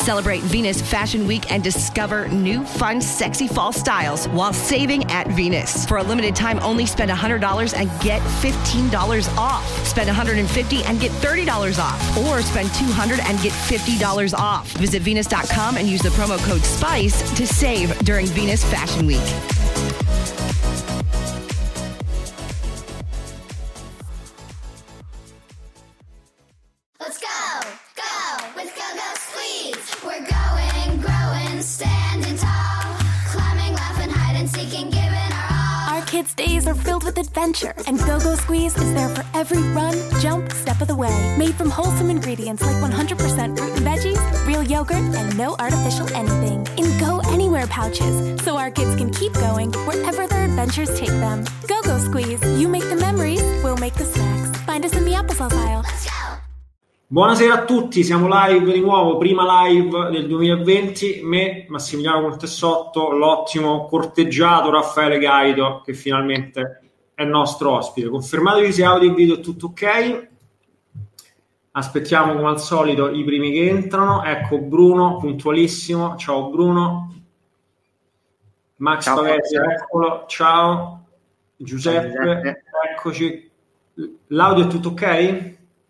Celebrate Venus Fashion Week and discover new, fun, sexy fall styles while saving at Venus. For a limited time only, spend $100 and get $15 off. Spend $150 and get $30 off. Or spend $200 and get $50 off. Visit Venus.com and use the promo code SPICE to save during Venus Fashion Week. Let's go, go with Go-Go Squeeze. We're going, growing, standing tall, climbing, laughing, hide and seeking, giving our all. Our kids' days are filled with adventure, and Go-Go Squeeze is there for every run, jump, step of the way. Made from wholesome ingredients like 100% fruit and veggies, real yogurt, and no artificial anything. In Go Anywhere pouches, so our kids can keep going wherever their adventures take them. Go-Go Squeeze. You make the memories, we'll make the snacks. Find us in the applesauce aisle. Let's go. Buonasera a tutti, siamo live di nuovo, prima live del 2020, me, Massimiliano Contessotto, l'ottimo corteggiato Raffaele Gaito, che finalmente è nostro ospite. Confermatevi se audio e video è tutto ok, aspettiamo come al solito i primi che entrano. Ecco Bruno, puntualissimo, ciao Bruno. Max Pavesi, eccolo, ciao. Giuseppe, eccoci. L'audio è tutto ok?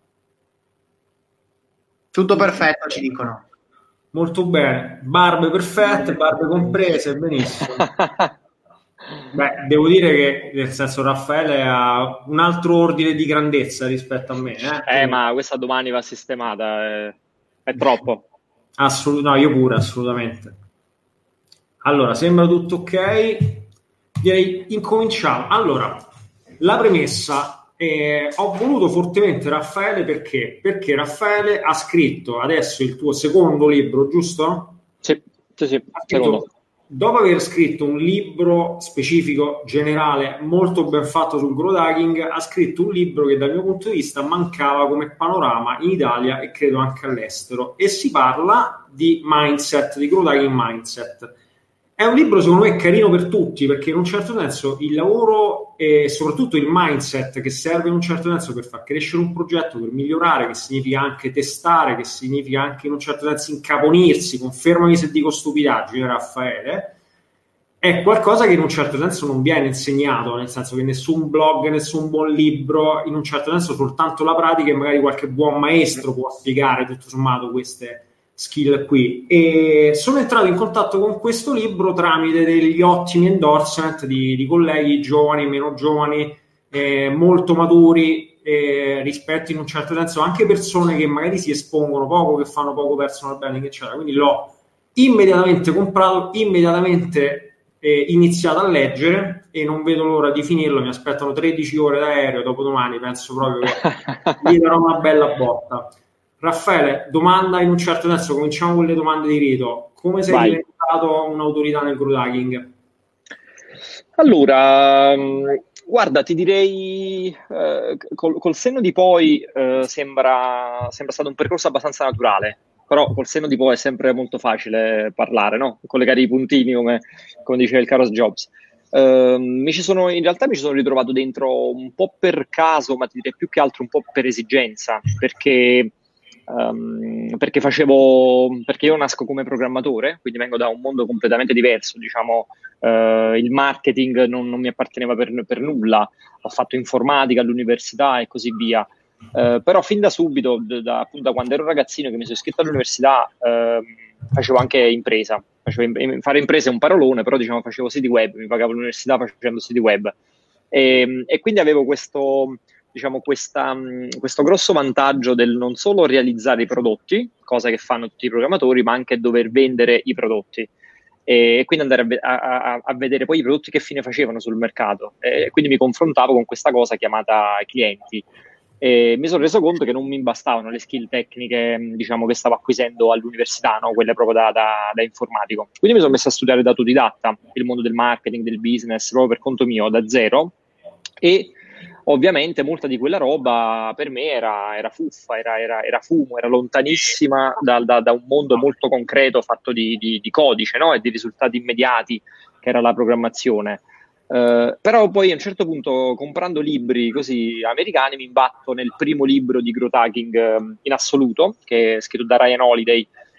Tutto perfetto, ci dicono. Molto bene, barbe perfette, barbe comprese, benissimo. Beh, devo dire che, nel senso, Raffaele ha un altro ordine di grandezza rispetto a me. Ma questa domani va sistemata, è troppo. No, io pure, assolutamente. Allora, sembra tutto ok. Direi incominciamo. Allora, la premessa... ho voluto fortemente Raffaele perché Raffaele ha scritto adesso il tuo secondo libro, giusto? Sì, secondo. Dopo aver scritto un libro specifico, generale, molto ben fatto sul growth hacking, ha scritto un libro che dal mio punto di vista mancava come panorama in Italia e credo anche all'estero, e si parla di mindset, di growth hacking mindset. È un libro secondo me carino per tutti, perché in un certo senso il lavoro e soprattutto il mindset, che serve in un certo senso per far crescere un progetto, per migliorare, che significa anche testare, che significa anche in un certo senso incaponirsi, confermami se dico stupidaggini Raffaele, è qualcosa che in un certo senso non viene insegnato, nel senso che nessun blog, nessun buon libro, in un certo senso soltanto la pratica e magari qualche buon maestro può spiegare tutto sommato queste skill qui. E sono entrato in contatto con questo libro tramite degli ottimi endorsement di colleghi giovani, meno giovani, molto maturi, rispetto in un certo senso anche persone che magari si espongono poco, che fanno poco personal branding eccetera, quindi l'ho immediatamente comprato, immediatamente iniziato a leggere e non vedo l'ora di finirlo. Mi aspettano 13 ore d'aereo dopodomani, penso proprio che gli darò una bella botta. Raffaele, domanda in un certo senso, cominciamo con le domande di rito. Come sei diventato un'autorità nel growth hacking? Allora, guarda, ti direi, col senno di poi sembra stato un percorso abbastanza naturale, però col senno di poi è sempre molto facile parlare, no? Collegare i puntini, come diceva il caro Jobs. In realtà mi ci sono ritrovato dentro un po' per caso, ma ti direi più che altro un po' per esigenza, perché io nasco come programmatore, quindi vengo da un mondo completamente diverso, diciamo, il marketing non mi apparteneva per nulla, ho fatto informatica all'università e così via, però fin da subito, appunto da quando ero ragazzino che mi sono iscritto all'università, facevo anche impresa. Fare impresa è un parolone, però diciamo facevo siti web, mi pagavo l'università facendo siti web, e quindi avevo questo grosso vantaggio del non solo realizzare i prodotti, cosa che fanno tutti i programmatori, ma anche dover vendere i prodotti e quindi andare a vedere poi i prodotti che fine facevano sul mercato, e quindi mi confrontavo con questa cosa chiamata clienti, e mi sono reso conto che non mi bastavano le skill tecniche, diciamo, che stavo acquisendo all'università, no? Quelle proprio da informatico. Quindi mi sono messo a studiare da autodidatta il mondo del marketing, del business, proprio per conto mio, da zero, e ovviamente molta di quella roba per me era fuffa, era fumo, era lontanissima da un mondo molto concreto fatto di codice, no? E di risultati immediati, che era la programmazione. Però poi a un certo punto, comprando libri così americani, mi imbatto nel primo libro di growth hacking in assoluto, che è scritto da Ryan Holiday,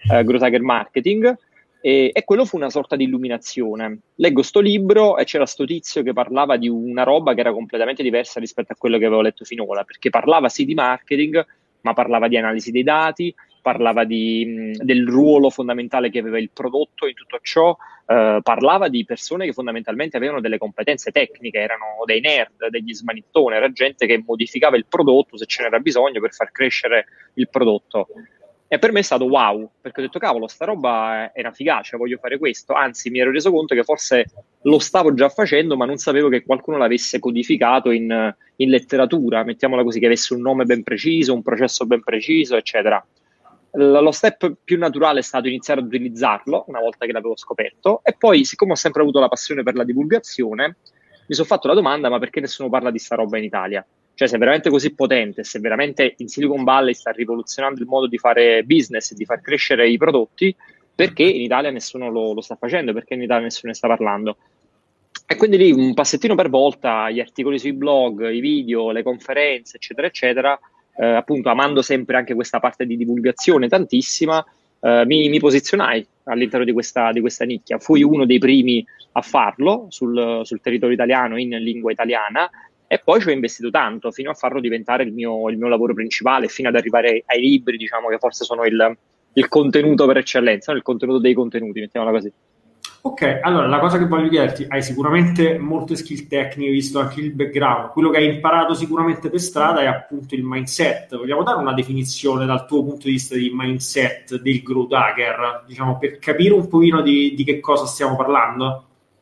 Growth Hacker Marketing, e quello fu una sorta di illuminazione. Leggo sto libro e c'era sto tizio che parlava di una roba che era completamente diversa rispetto a quello che avevo letto finora, perché parlava sì di marketing, ma parlava di analisi dei dati, parlava del ruolo fondamentale che aveva il prodotto in tutto ciò, parlava di persone che fondamentalmente avevano delle competenze tecniche, erano dei nerd, degli smanettoni, era gente che modificava il prodotto se ce n'era bisogno per far crescere il prodotto. E per me è stato wow, perché ho detto cavolo, sta roba è una figaccia, voglio fare questo. Anzi, mi ero reso conto che forse lo stavo già facendo, ma non sapevo che qualcuno l'avesse codificato in letteratura, mettiamola così, che avesse un nome ben preciso, un processo ben preciso, eccetera. Lo step più naturale è stato iniziare ad utilizzarlo una volta che l'avevo scoperto, e poi, siccome ho sempre avuto la passione per la divulgazione, mi sono fatto la domanda: ma perché nessuno parla di sta roba in Italia? Cioè, se è veramente così potente, se veramente in Silicon Valley sta rivoluzionando il modo di fare business e di far crescere i prodotti, perché in Italia nessuno lo sta facendo? Perché in Italia nessuno ne sta parlando? E quindi lì, un passettino per volta, gli articoli sui blog, i video, le conferenze, eccetera, eccetera, appunto amando sempre anche questa parte di divulgazione tantissima, mi posizionai all'interno di questa nicchia. Fui uno dei primi a farlo sul territorio italiano, in lingua italiana, e poi ci ho investito tanto fino a farlo diventare il mio lavoro principale, fino ad arrivare ai libri, diciamo, che forse sono il contenuto per eccellenza, no? Il contenuto dei contenuti, mettiamola così. Ok, allora la cosa che voglio chiederti, hai sicuramente molte skill tecniche, visto anche il background, quello che hai imparato sicuramente per strada è appunto il mindset. Vogliamo dare una definizione dal tuo punto di vista di mindset del growth hacker, diciamo, per capire un pochino di che cosa stiamo parlando?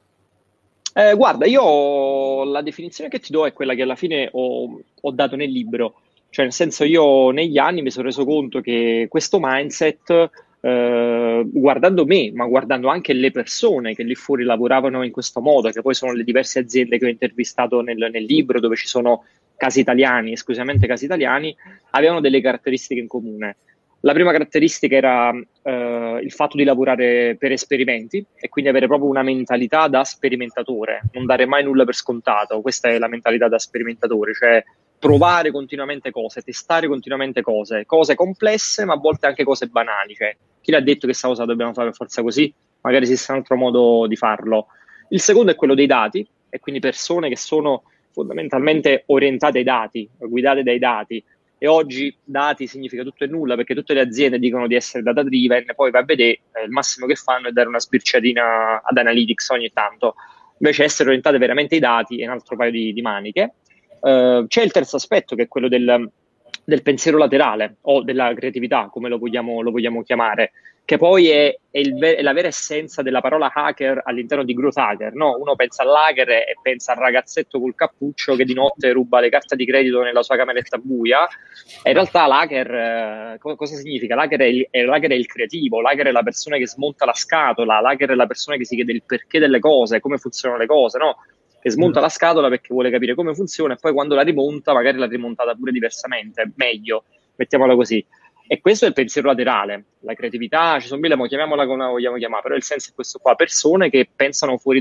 Guarda, io la definizione che ti do è quella che alla fine ho dato nel libro, cioè nel senso, io negli anni mi sono reso conto che questo mindset, guardando me, ma guardando anche le persone che lì fuori lavoravano in questo modo, che poi sono le diverse aziende che ho intervistato nel libro, dove ci sono casi italiani, esclusivamente casi italiani, avevano delle caratteristiche in comune. La prima caratteristica era il fatto di lavorare per esperimenti, e quindi avere proprio una mentalità da sperimentatore, non dare mai nulla per scontato. Questa è la mentalità da sperimentatore, cioè provare continuamente cose, testare continuamente cose complesse, ma a volte anche cose banali. Cioè, chi l'ha detto che questa cosa la dobbiamo fare per forza così? Magari esiste un altro modo di farlo. Il secondo è quello dei dati, e quindi persone che sono fondamentalmente orientate ai dati, guidate dai dati. E oggi dati significa tutto e nulla, perché tutte le aziende dicono di essere data driven, poi vai a vedere, il massimo che fanno è dare una sbirciatina ad Analytics ogni tanto. Invece essere orientate veramente ai dati è un altro paio di maniche. C'è il terzo aspetto, che è quello del pensiero laterale, o della creatività, come lo vogliamo chiamare, che poi è la vera essenza della parola hacker all'interno di growth hacker, no? Uno pensa all'hacker e pensa al ragazzetto col cappuccio che di notte ruba le carte di credito nella sua cameretta buia, e in realtà l'hacker, cosa significa? L'hacker è il creativo, l'hacker è la persona che smonta la scatola, l'hacker è la persona che si chiede il perché delle cose, come funzionano le cose, no? Che smonta la scatola perché vuole capire come funziona, e poi quando la rimonta magari l'ha rimontata pure diversamente, meglio, mettiamola così. E questo è il pensiero laterale, la creatività, ci sono mille, chiamiamola come la vogliamo chiamare, però il senso è questo qua: persone che pensano fuori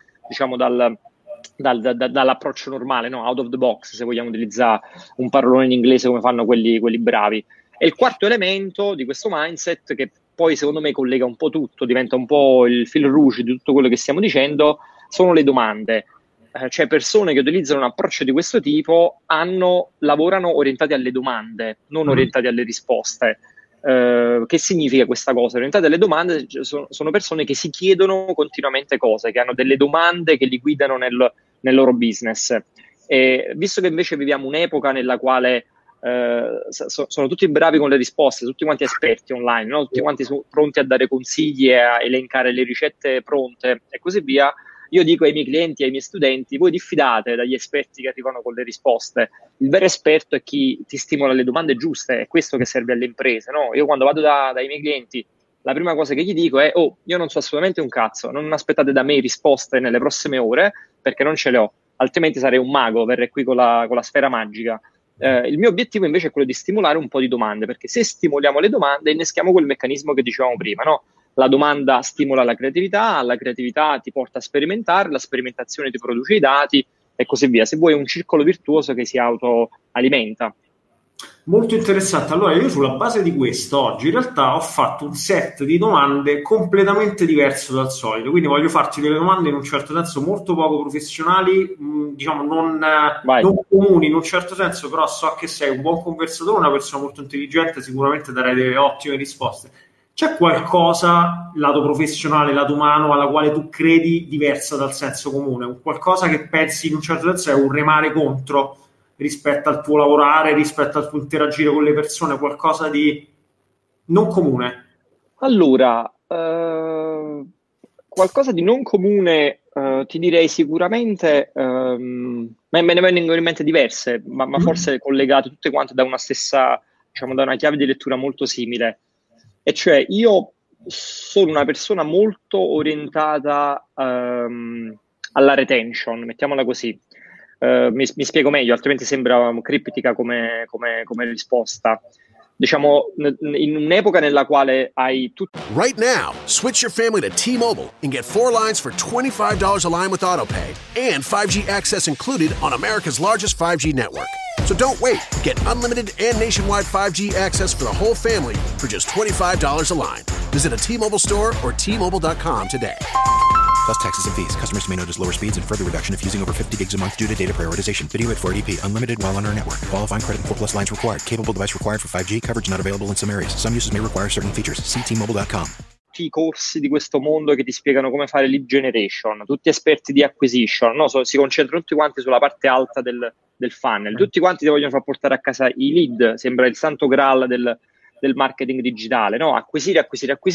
dall'approccio normale, no? Out of the box, se vogliamo utilizzare un parolone in inglese come fanno quelli bravi. E il quarto elemento di questo mindset, che poi secondo me collega un po' tutto, diventa un po' il fil rouge di tutto quello che stiamo dicendo, sono le domande. Cioè, persone che utilizzano un approccio di questo tipo lavorano orientati alle domande, non orientati alle risposte. Che significa questa cosa? Orientati alle domande sono persone che si chiedono continuamente cose, che hanno delle domande che li guidano nel loro business. E visto che invece viviamo un'epoca nella quale sono tutti bravi con le risposte, tutti quanti esperti online, no? Tutti quanti sono pronti a dare consigli e a elencare le ricette pronte e così via, io dico ai miei clienti e ai miei studenti: voi diffidate dagli esperti che arrivano con le risposte. Il vero esperto è chi ti stimola le domande giuste, è questo che serve alle imprese, no? Io quando vado dai miei clienti, la prima cosa che gli dico è: oh, io non so assolutamente un cazzo, non aspettate da me risposte nelle prossime ore, perché non ce le ho, altrimenti sarei un mago, verrei qui con la sfera magica. Il mio obiettivo invece è quello di stimolare un po' di domande, perché se stimoliamo le domande inneschiamo quel meccanismo che dicevamo prima, no? La domanda stimola la creatività ti porta a sperimentare, la sperimentazione ti produce i dati e così via. Se vuoi, è un circolo virtuoso che si autoalimenta. Molto interessante. Allora, io sulla base di questo oggi in realtà ho fatto un set di domande completamente diverso dal solito, quindi voglio farti delle domande in un certo senso molto poco professionali, diciamo non comuni in un certo senso, però so che sei un buon conversatore, una persona molto intelligente, sicuramente darai delle ottime risposte. C'è qualcosa, lato professionale, lato umano, alla quale tu credi diversa dal senso comune? Un qualcosa che pensi in un certo senso è un remare contro rispetto al tuo lavorare, rispetto al tuo interagire con le persone, qualcosa di non comune? Allora, qualcosa di non comune, ti direi sicuramente, me ne vengono in mente diverse, ma forse collegate tutte quante da una stessa, diciamo, da una chiave di lettura molto simile. E cioè, io sono una persona molto orientata alla retention, mettiamola così. Mi spiego meglio, altrimenti sembra criptica come risposta. Diciamo, in un'epoca nella quale hai tutto. Right now, switch your family to T-Mobile and get 4 lines for $25 a line with AutoPay and 5G access included on America's largest 5G network. So don't wait. Get unlimited and nationwide 5G access for the whole family for just $25 a line. Visit a T-Mobile store or T-Mobile.com today. Plus taxes and fees. Customers may notice lower speeds and further reduction if using over 50 gigs a month due to data prioritization. Video at 480p. Unlimited while on our network. Qualifying credit and 4+ lines required. Capable device required for 5G. Coverage not available in some areas. Some uses may require certain features. See T-Mobile.com. I corsi di questo mondo che ti spiegano come fare lead generation, tutti esperti di acquisition, no? Si concentrano tutti quanti sulla parte alta del funnel. Tutti quanti ti vogliono far portare a casa i lead. Sembra il santo graal del marketing digitale, no? Acquisire,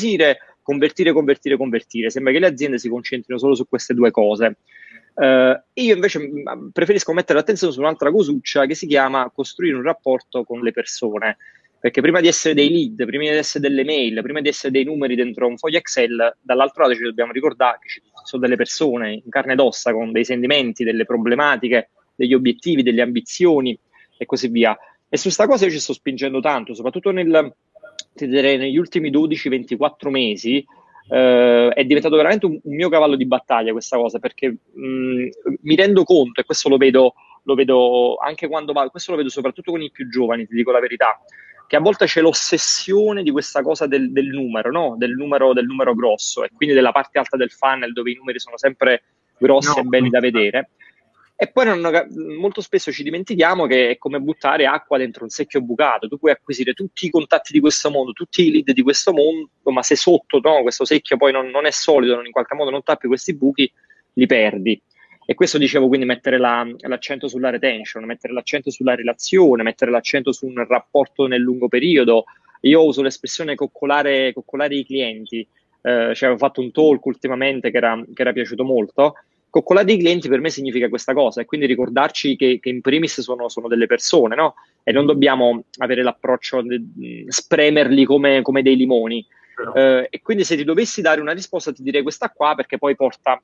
convertire. Sembra che le aziende si concentrino solo su queste due cose. Io invece preferisco mettere l'attenzione su un'altra cosuccia che si chiama costruire un rapporto con le persone, perché prima di essere dei lead, prima di essere delle mail, prima di essere dei numeri dentro un foglio Excel, dall'altro lato ci dobbiamo ricordare che ci sono delle persone in carne ed ossa con dei sentimenti, delle problematiche, degli obiettivi, delle ambizioni e così via. E su sta cosa io ci sto spingendo tanto, soprattutto ti direi negli ultimi 12-24 mesi. È diventato veramente un mio cavallo di battaglia questa cosa, perché mi rendo conto, e questo lo vedo anche quando questo lo vedo soprattutto con i più giovani, ti dico la verità, che a volte c'è l'ossessione di questa cosa del numero, no? Del numero grosso, e quindi della parte alta del funnel dove i numeri sono sempre grossi e belli da vedere. E poi molto spesso ci dimentichiamo che è come buttare acqua dentro un secchio bucato. Tu puoi acquisire tutti i contatti di questo mondo, tutti i lead di questo mondo, ma se sotto, no, questo secchio poi non è solido, in qualche modo non tappi questi buchi, li perdi. E questo dicevo, quindi mettere l'accento sulla retention, mettere l'accento sulla relazione, mettere l'accento su un rapporto nel lungo periodo. Io uso l'espressione coccolare i clienti. Avevo fatto un talk ultimamente che era piaciuto molto. Coccolare i clienti per me significa questa cosa, e quindi ricordarci che in primis sono delle persone, no? E non dobbiamo avere l'approccio spremerli come dei limoni. E quindi se ti dovessi dare una risposta ti direi questa qua, perché poi porta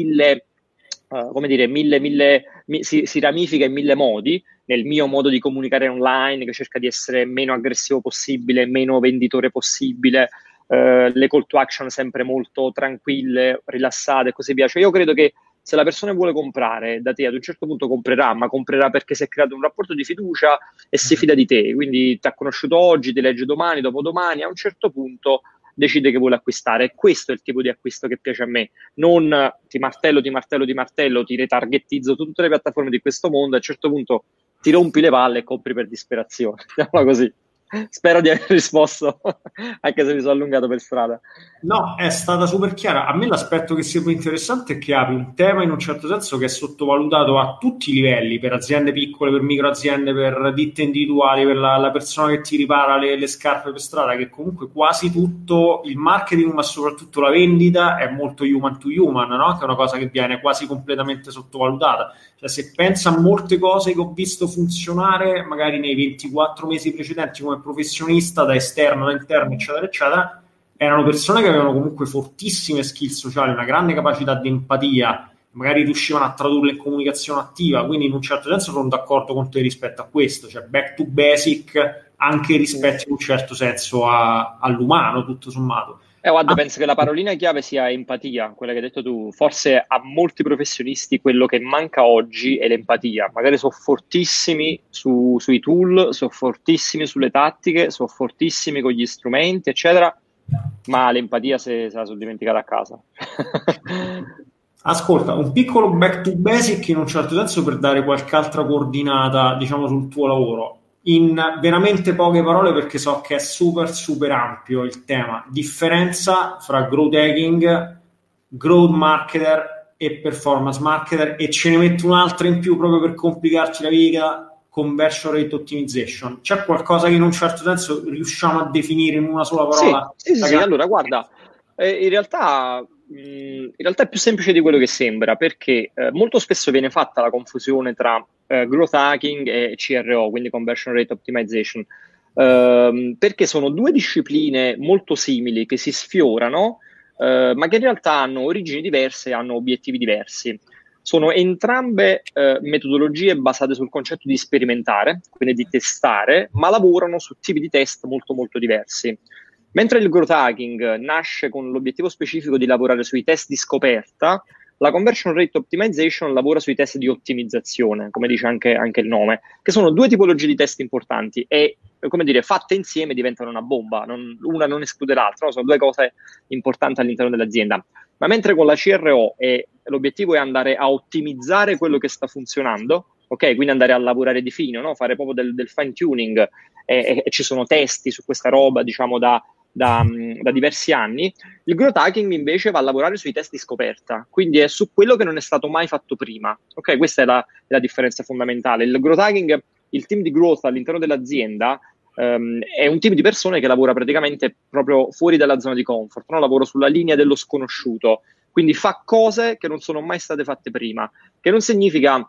si ramifica in 1000 modi. Nel mio modo di comunicare online, che cerca di essere meno aggressivo possibile, meno venditore possibile, le call to action sempre molto tranquille, rilassate e così via. Cioè io credo che se la persona vuole comprare da te, ad un certo punto comprerà, ma comprerà perché si è creato un rapporto di fiducia e si fida di te, quindi ti ha conosciuto oggi, ti legge domani, dopodomani, a un certo punto decide che vuole acquistare. E questo è il tipo di acquisto che piace a me, non ti martello, ti retargetizzo tutte le piattaforme di questo mondo, a un certo punto ti rompi le palle e compri per disperazione, diciamola così. Spero di aver risposto, anche se mi sono allungato per strada. No, è stata super chiara. A me l'aspetto che sembra interessante è che apri un tema in un certo senso che è sottovalutato a tutti i livelli, per aziende piccole, per microaziende, per ditte individuali, per la persona che ti ripara le scarpe per strada, che comunque quasi tutto il marketing, ma soprattutto la vendita, è molto human to human, no? Che è una cosa che viene quasi completamente sottovalutata. Cioè, se pensa a molte cose che ho visto funzionare magari nei 24 mesi precedenti come professionista, da esterno, da interno, eccetera, eccetera, erano persone che avevano comunque fortissime skill sociali, una grande capacità di empatia, magari riuscivano a tradurle in comunicazione attiva, quindi in un certo senso sono d'accordo con te rispetto a questo, cioè back to basic, anche rispetto in un certo senso all'umano, tutto sommato. Guarda, penso che la parolina chiave sia empatia, quella che hai detto tu. Forse a molti professionisti quello che manca oggi è l'empatia. Magari sono fortissimi sui tool, sono fortissimi sulle tattiche, sono fortissimi con gli strumenti, eccetera, ma l'empatia se la sono dimenticata a casa. Ascolta, un piccolo back to basic in un certo senso per dare qualche altra coordinata, diciamo, sul tuo lavoro. In veramente poche parole, perché so che è super super ampio il tema. Differenza fra growth hacking, growth marketer e performance marketer, e ce ne metto un'altra in più proprio per complicarci la vita: conversion rate optimization. C'è qualcosa che in un certo senso riusciamo a definire in una sola parola? Sì, allora guarda, in realtà è più semplice di quello che sembra, perché molto spesso viene fatta la confusione tra growth hacking e CRO, quindi conversion rate optimization, perché sono due discipline molto simili che si sfiorano, ma che in realtà hanno origini diverse e hanno obiettivi diversi. Sono entrambe metodologie basate sul concetto di sperimentare, quindi di testare, ma lavorano su tipi di test molto molto diversi. Mentre il growth hacking nasce con l'obiettivo specifico di lavorare sui test di scoperta, la conversion rate optimization lavora sui test di ottimizzazione, come dice anche il nome, che sono due tipologie di test importanti e, come dire, fatte insieme diventano una bomba, una non esclude l'altra, no? Sono due cose importanti all'interno dell'azienda. Ma mentre con la CRO l'obiettivo è andare a ottimizzare quello che sta funzionando, ok? Quindi andare a lavorare di fino, no? Fare proprio del fine tuning, e ci sono testi su questa roba, diciamo, da diversi anni. Il growth hacking invece va a lavorare sui test di scoperta, quindi è su quello che non è stato mai fatto prima. Ok, questa è la differenza fondamentale. Il growth hacking, il team di growth all'interno dell'azienda è un team di persone che lavora praticamente proprio fuori dalla zona di comfort, no? Lavora sulla linea dello sconosciuto, quindi fa cose che non sono mai state fatte prima, che non significa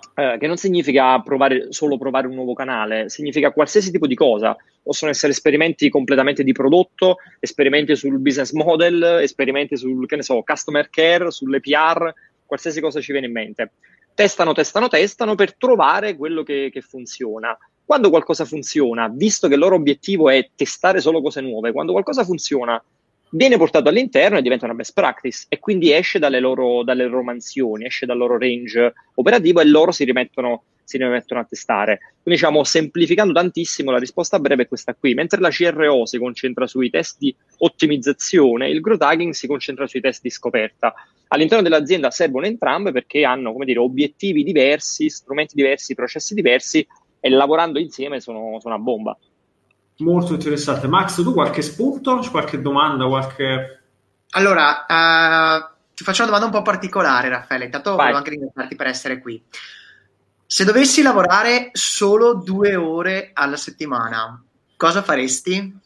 solo provare un nuovo canale, significa qualsiasi tipo di cosa. Possono essere esperimenti completamente di prodotto, esperimenti sul business model, esperimenti sul, che ne so, customer care, sulle PR, qualsiasi cosa ci viene in mente. Testano per trovare quello che funziona. Quando qualcosa funziona, visto che il loro obiettivo è testare solo cose nuove, quando qualcosa funziona, viene portato all'interno e diventa una best practice, e quindi esce dalle loro mansioni, esce dal loro range operativo e loro si rimettono a testare. Quindi, diciamo, semplificando tantissimo, la risposta breve è questa qui. Mentre la CRO si concentra sui test di ottimizzazione, il growth hacking si concentra sui test di scoperta. All'interno dell'azienda servono entrambe perché hanno, come dire, obiettivi diversi, strumenti diversi, processi diversi, e lavorando insieme sono una bomba. Molto interessante. Max, tu qualche spunto? Qualche domanda? Allora, ti faccio una domanda un po' particolare, Raffaele. Intanto volevo anche ringraziarti per essere qui. Se dovessi lavorare solo 2 ore alla settimana, cosa faresti?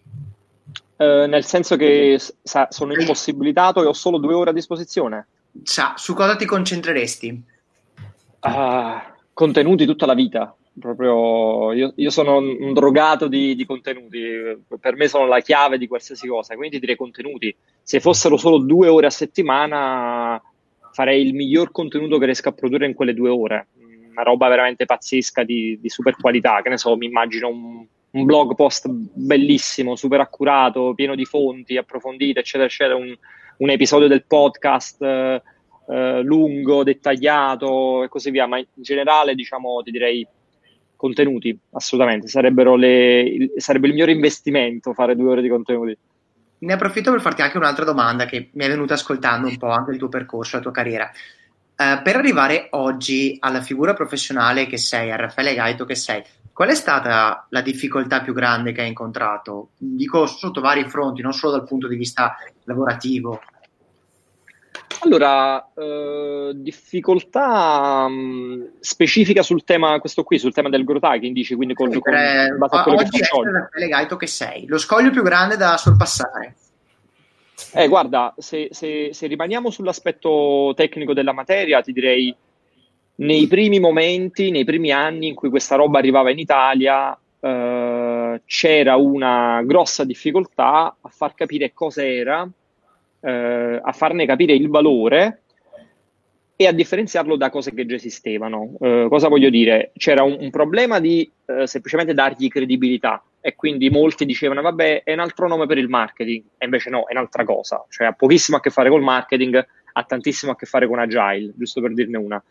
Nel senso che sono impossibilitato e ho solo 2 ore a disposizione? Su cosa ti concentreresti? Contenuti tutta la vita. Proprio io sono un drogato di contenuti, per me sono la chiave di qualsiasi cosa, quindi direi contenuti. Se fossero solo 2 ore a settimana farei il miglior contenuto che riesco a produrre in quelle 2 ore, una roba veramente pazzesca di super qualità, che ne so, mi immagino un blog post bellissimo, super accurato, pieno di fonti approfondite, eccetera eccetera, un episodio del podcast lungo, dettagliato e così via, ma in generale, diciamo, ti direi contenuti, assolutamente, sarebbe il miglior investimento fare 2 ore di contenuti. Ne approfitto per farti anche un'altra domanda che mi è venuta ascoltando un po' anche il tuo percorso, la tua carriera. Per arrivare oggi alla figura professionale che sei, al Raffaele Gaito che sei, qual è stata la difficoltà più grande che hai incontrato? Dico sotto vari fronti, non solo dal punto di vista lavorativo. Allora, difficoltà specifica sul tema, questo qui, sul tema del growth hacking, dici, quindi oggi essere Raffaele Gaito che sei, lo scoglio più grande da sorpassare. Guarda, se rimaniamo sull'aspetto tecnico della materia, ti direi nei primi momenti, nei primi anni in cui questa roba arrivava in Italia, c'era una grossa difficoltà a far capire cosa era, a farne capire il valore e a differenziarlo da cose che già esistevano. Cosa voglio dire? C'era un problema di semplicemente dargli credibilità. e quindi molti dicevano vabbè è un altro nome per il marketing, e invece no, è un'altra cosa, cioè ha pochissimo a che fare col marketing, ha tantissimo a che fare con Agile, giusto per dirne una.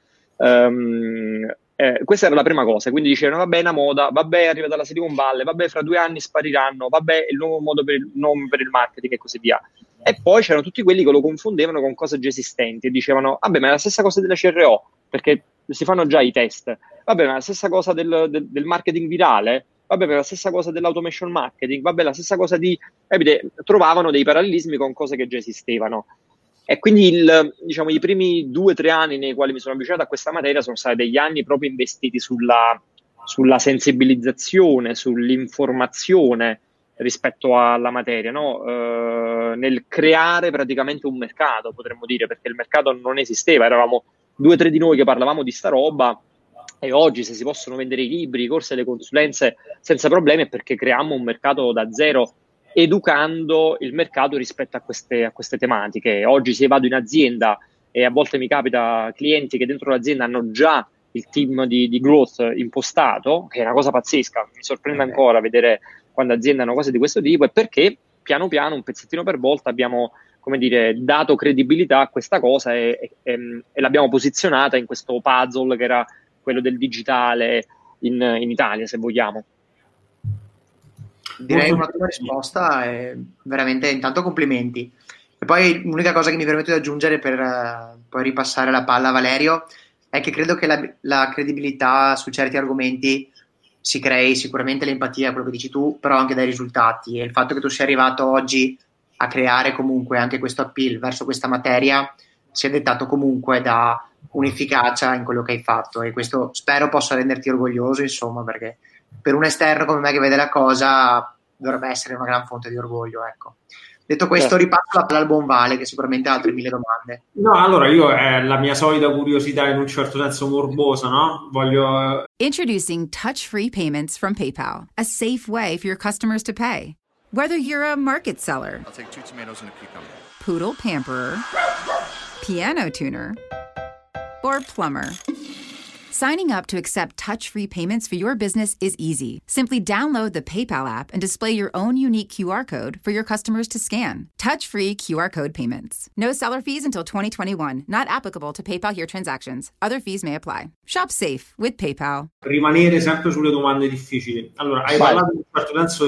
Questa era la prima cosa, quindi dicevano vabbè è una moda, vabbè arriva dalla Silicon Valley, vabbè fra 2 anni spariranno, vabbè è il nuovo modo per il nome per il marketing e così via. E poi c'erano tutti quelli che lo confondevano con cose già esistenti e dicevano vabbè ma è la stessa cosa della CRO, perché si fanno già i test, vabbè ma è la stessa cosa del marketing virale, vabbè ma è la stessa cosa dell'automation marketing, vabbè la stessa cosa di... trovavano dei parallelismi con cose che già esistevano. E quindi diciamo, i primi 2 o 3 anni nei quali mi sono avvicinato a questa materia sono stati degli anni proprio investiti sulla sensibilizzazione, sull'informazione rispetto alla materia, no? Nel creare praticamente un mercato, potremmo dire, perché il mercato non esisteva, eravamo 2 o 3 di noi che parlavamo di sta roba, e oggi se si possono vendere i libri, i corsi e le consulenze senza problemi è perché creiamo un mercato da zero, educando il mercato rispetto a queste tematiche. Oggi se vado in azienda e a volte mi capita clienti che dentro l'azienda hanno già il team di growth impostato, che è una cosa pazzesca, mi sorprende ancora vedere quando aziende hanno cose di questo tipo, è perché piano piano, un pezzettino per volta, abbiamo, come dire, dato credibilità a questa cosa e l'abbiamo posizionata in questo puzzle che era quello del digitale in Italia, se vogliamo. Direi una tua risposta è veramente, intanto complimenti. E poi l'unica cosa che mi permetto di aggiungere per poi ripassare la palla a Valerio è che credo che la credibilità su certi argomenti si crei sicuramente l'empatia, quello che dici tu, però anche dai risultati, e il fatto che tu sia arrivato oggi a creare comunque anche questo appeal verso questa materia sia dettato comunque da un'efficacia in quello che hai fatto, e questo spero possa renderti orgoglioso, insomma, perché per un esterno come me che vede la cosa dovrebbe essere una gran fonte di orgoglio, ecco. Detto questo, ripasso la palla al buon Vale, che sicuramente ha altre 1000 domande. No, allora io la mia solita curiosità in un certo senso morbosa, no? Voglio... Introducing touch-free payments from PayPal, a safe way for your customers to pay. Whether you're a market seller, I'll take 2 tomatoes and a cucumber, poodle pamperer, piano tuner, or plumber. Signing up to accept touch-free payments for your business is easy. Simply download the PayPal app and display your own unique QR code for your customers to scan. Touch-free QR code payments. No seller fees until 2021. Not applicable to PayPal here transactions. Other fees may apply. Shop safe with PayPal. Rimanere sempre sulle domande difficili. Allora, hai parlato in un certo senso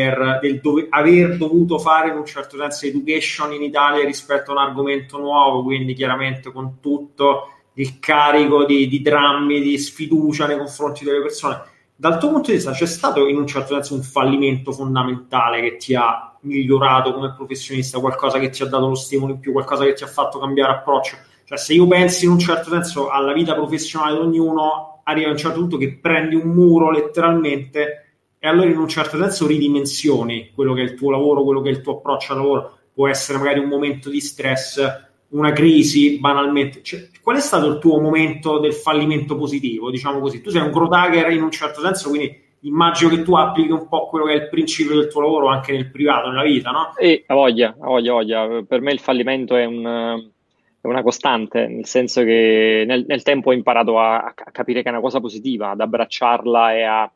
aver dovuto fare in un certo senso education in Italia rispetto a un argomento nuovo, quindi chiaramente con tutto il carico di drammi, di sfiducia nei confronti delle persone. Dal tuo punto di vista c'è stato in un certo senso un fallimento fondamentale che ti ha migliorato come professionista, qualcosa che ti ha dato lo stimolo in più, qualcosa che ti ha fatto cambiare approccio? Cioè, se io pensi in un certo senso alla vita professionale di ognuno, arriva a un certo punto che prendi un muro letteralmente e allora in un certo senso ridimensioni quello che è il tuo lavoro, quello che è il tuo approccio al lavoro. Può essere magari un momento di stress, una crisi, banalmente. Cioè, qual è stato il tuo momento del fallimento positivo, diciamo così? Tu sei un growth hacker in un certo senso, quindi immagino che tu applichi un po' quello che è il principio del tuo lavoro anche nel privato, nella vita, no? Ha voglia. Per me il fallimento è una costante, nel senso che nel tempo ho imparato a capire che è una cosa positiva, ad abbracciarla e a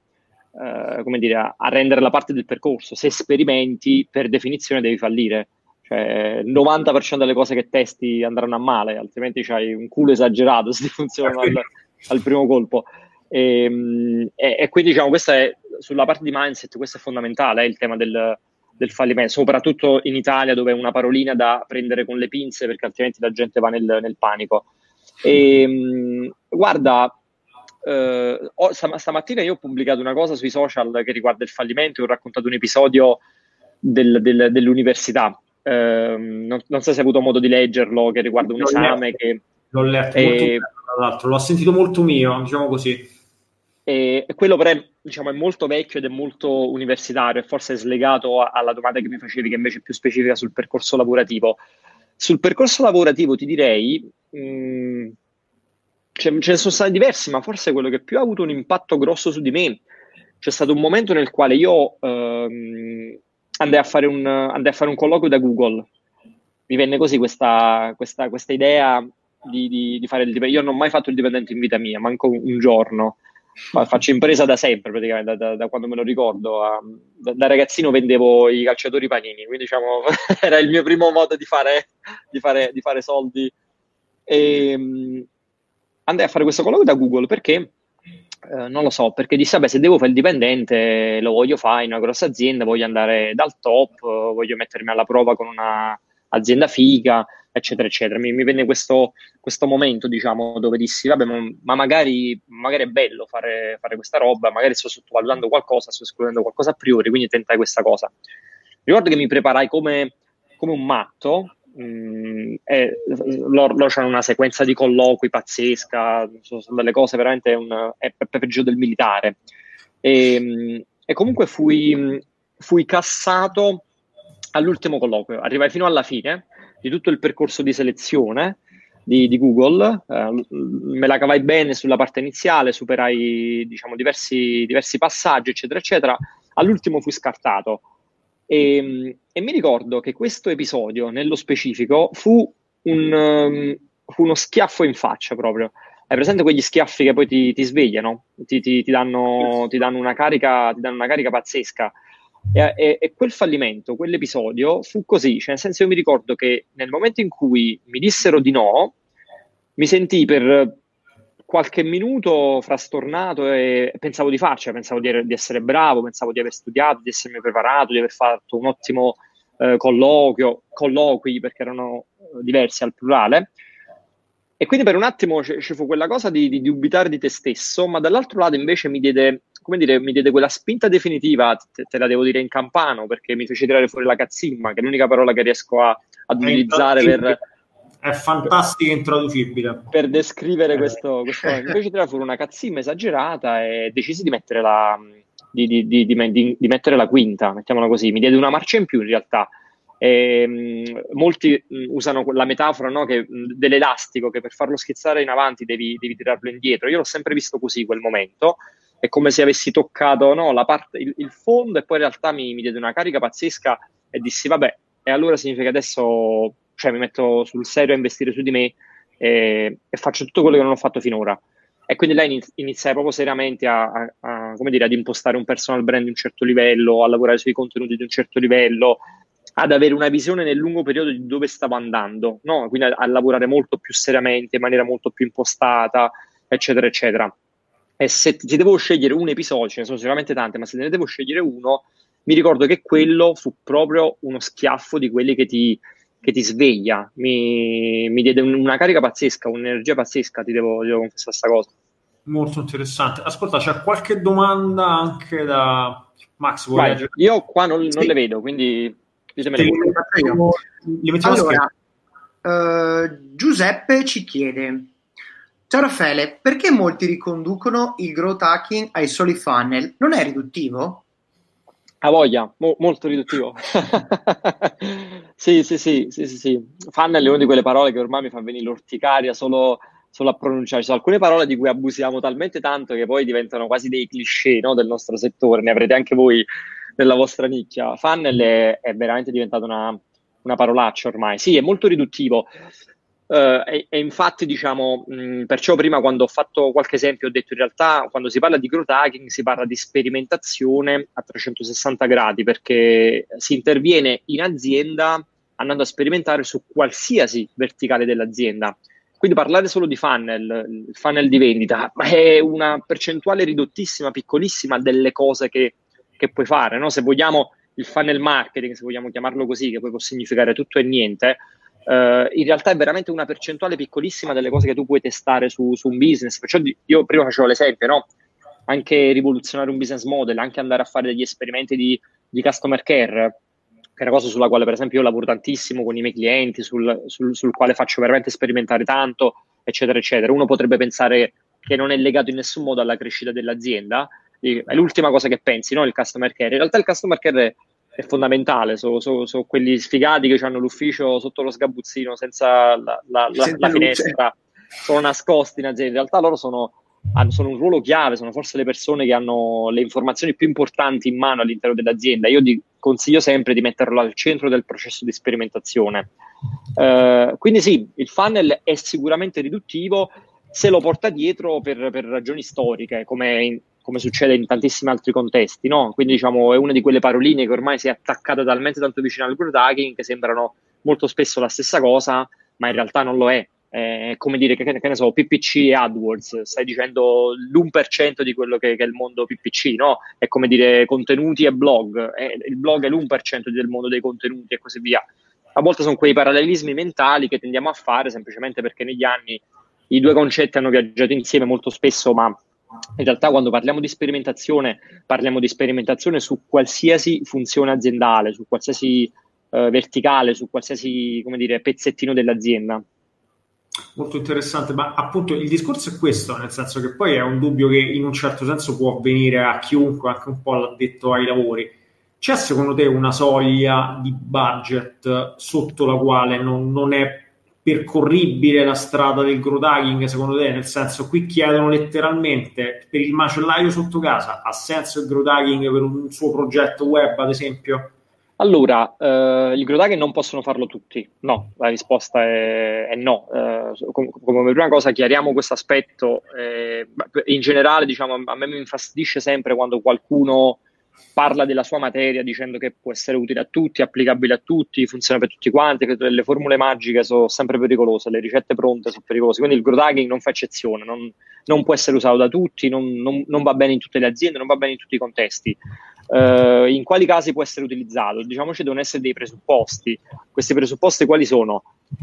renderla parte del percorso. Se sperimenti, per definizione devi fallire. Cioè, il 90% delle cose che testi andranno a male, altrimenti c'hai un culo esagerato se ti funzionano al primo colpo. E quindi, diciamo, questa è, sulla parte di mindset, questo è fondamentale, il tema del fallimento, soprattutto in Italia, dove è una parolina da prendere con le pinze, perché altrimenti la gente va nel panico. Guarda, stamattina io ho pubblicato una cosa sui social che riguarda il fallimento, ho raccontato un episodio dell'università. Non so se hai avuto modo di leggerlo, che riguarda un esame che l'ho letto molto bene, tra l'altro l'ho sentito molto mio, diciamo così, e quello però diciamo è molto vecchio ed è molto universitario, e forse è slegato alla domanda che mi facevi, che invece è più specifica sul percorso lavorativo. Sul percorso lavorativo ti direi ce ne sono stati diversi, ma forse quello che più ha avuto un impatto grosso su di me, c'è stato un momento nel quale io andai a fare un colloquio da Google. Mi venne così questa idea di fare il dipendente. Io non ho mai fatto il dipendente in vita mia, manco un giorno. Faccio impresa da sempre, praticamente, da quando me lo ricordo. Da ragazzino vendevo i calciatori panini, quindi diciamo era il mio primo modo di fare soldi. E andai a fare questo colloquio da Google perché, non lo so, perché dissi, vabbè, se devo fare il dipendente, lo voglio fare in una grossa azienda, voglio andare dal top, voglio mettermi alla prova con una azienda figa, eccetera, eccetera. Mi venne questo momento, diciamo, dove dissi, vabbè, ma magari è bello fare questa roba, magari sto sottovalutando qualcosa, sto escludendo qualcosa a priori, quindi tentai questa cosa. Ricordo che mi preparai come un matto, e loro c'hanno una sequenza di colloqui pazzesca, sono delle cose veramente è peggio del militare. E comunque fui cassato all'ultimo colloquio, arrivai fino alla fine di tutto il percorso di selezione di Google, me la cavai bene sulla parte iniziale, superai, diciamo, diversi passaggi, eccetera, eccetera. All'ultimo fui scartato. E mi ricordo che questo episodio, nello specifico, fu uno schiaffo in faccia proprio. Hai presente quegli schiaffi che poi ti svegliano? Ti danno una carica pazzesca. E quel fallimento, quell'episodio fu così, cioè nel senso, io mi ricordo che nel momento in cui mi dissero di no, mi sentii per qualche minuto frastornato e pensavo di farcela, pensavo di essere bravo, pensavo di aver studiato, di essermi preparato, di aver fatto un ottimo colloqui, perché erano diversi al plurale. E quindi per un attimo ci fu quella cosa di dubitare di te stesso, ma dall'altro lato invece mi diede quella spinta definitiva, te la devo dire in campano, perché mi fece tirare fuori la cazzimma, che è l'unica parola che riesco ad utilizzare è fantastica, intraducibile, per descrivere questo. Mi fece tirare fuori una cazzimma esagerata e decisi di mettere di mettere la quinta, mettiamola così. Mi diede una marcia in più in realtà. Molti usano la metafora, no, dell'elastico, che per farlo schizzare in avanti devi tirarlo indietro. Io l'ho sempre visto così, quel momento è come se avessi toccato, no, il fondo, e poi in realtà mi diede una carica pazzesca e dissi vabbè, e allora significa che adesso, cioè, mi metto sul serio a investire su di me e faccio tutto quello che non ho fatto finora. E quindi là iniziai proprio seriamente ad impostare un personal brand di un certo livello, a lavorare sui contenuti di un certo livello, ad avere una visione nel lungo periodo di dove stavo andando, no? Quindi a lavorare molto più seriamente, in maniera molto più impostata, eccetera, eccetera. E se ti devo scegliere un episodio, ce ne sono sicuramente tante, ma se ne devo scegliere uno, mi ricordo che quello fu proprio uno schiaffo di quelli che ti sveglia, mi diede una carica pazzesca, un'energia pazzesca, ti devo confessare questa cosa. Molto interessante. Ascolta, c'è qualche domanda anche da Max? Io qua non le vedo, quindi ditemele. Allora, Giuseppe ci chiede: ciao Raffaele, perché molti riconducono il growth hacking ai soli funnel? Non è riduttivo? A voglia, molto riduttivo. Sì. Funnel è una di quelle parole che ormai mi fa venire l'orticaria solo a pronunciare. Ci sono alcune parole di cui abusiamo talmente tanto che poi diventano quasi dei cliché, no, del nostro settore. Ne avrete anche voi nella vostra nicchia. Funnel è veramente diventata una parolaccia ormai. Sì, è molto riduttivo. E infatti, diciamo, perciò prima, quando ho fatto qualche esempio, ho detto in realtà quando si parla di growth hacking si parla di sperimentazione a 360 gradi, perché si interviene in azienda andando a sperimentare su qualsiasi verticale dell'azienda. Quindi parlare solo di funnel, il funnel di vendita, è una percentuale ridottissima, piccolissima delle cose che puoi fare, no? Se vogliamo il funnel marketing, se vogliamo chiamarlo così, che poi può significare tutto e niente, in realtà è veramente una percentuale piccolissima delle cose che tu puoi testare su un business. Perciò io prima facevo l'esempio, no? Anche rivoluzionare un business model, anche andare a fare degli esperimenti di customer care, che è una cosa sulla quale per esempio io lavoro tantissimo con i miei clienti, sul quale faccio veramente sperimentare tanto, eccetera, eccetera. Uno potrebbe pensare che non è legato in nessun modo alla crescita dell'azienda, è l'ultima cosa che pensi, no? Il customer care. In realtà il customer care è fondamentale, sono quelli sfigati che hanno l'ufficio sotto lo sgabuzzino senza la finestra, sono nascosti in azienda. In realtà loro sono un ruolo chiave, sono forse le persone che hanno le informazioni più importanti in mano all'interno dell'azienda. Io consiglio sempre di metterlo al centro del processo di sperimentazione. Quindi sì, il funnel è sicuramente riduttivo se lo porta dietro per ragioni storiche, come succede in tantissimi altri contesti, no? Quindi diciamo è una di quelle paroline che ormai si è attaccata talmente tanto vicino al growth hacking che sembrano molto spesso la stessa cosa, ma in realtà non lo è. Come dire che ne so, PPC e AdWords, stai dicendo l'1% di quello che è il mondo PPC, no? È come dire contenuti e blog, il blog è l'1% del mondo dei contenuti e così via. A volte sono quei parallelismi mentali che tendiamo a fare semplicemente perché negli anni i due concetti hanno viaggiato insieme molto spesso, ma in realtà quando parliamo di sperimentazione su qualsiasi funzione aziendale, su qualsiasi verticale, su qualsiasi, come dire, pezzettino dell'azienda. Molto interessante, ma appunto il discorso è questo, nel senso che poi è un dubbio che in un certo senso può avvenire a chiunque, anche un po' l'addetto ai lavori. C'è secondo te una soglia di budget sotto la quale non è percorribile la strada del growth hacking, secondo te? Nel senso, qui chiedono letteralmente per il macellaio sotto casa, ha senso il growth hacking per un suo progetto web, ad esempio? Allora, il growth hacking non possono farlo tutti, no, la risposta è no. Come prima cosa chiariamo questo aspetto, in generale diciamo a me mi infastidisce sempre quando qualcuno parla della sua materia dicendo che può essere utile a tutti, applicabile a tutti, funziona per tutti quanti, che le formule magiche sono sempre pericolose, le ricette pronte sono pericolose, quindi il growth hacking non fa eccezione, non può essere usato da tutti, non va bene in tutte le aziende, non va bene in tutti i contesti. In quali casi può essere utilizzato? Diciamo ci devono essere dei presupposti. Questi presupposti quali sono?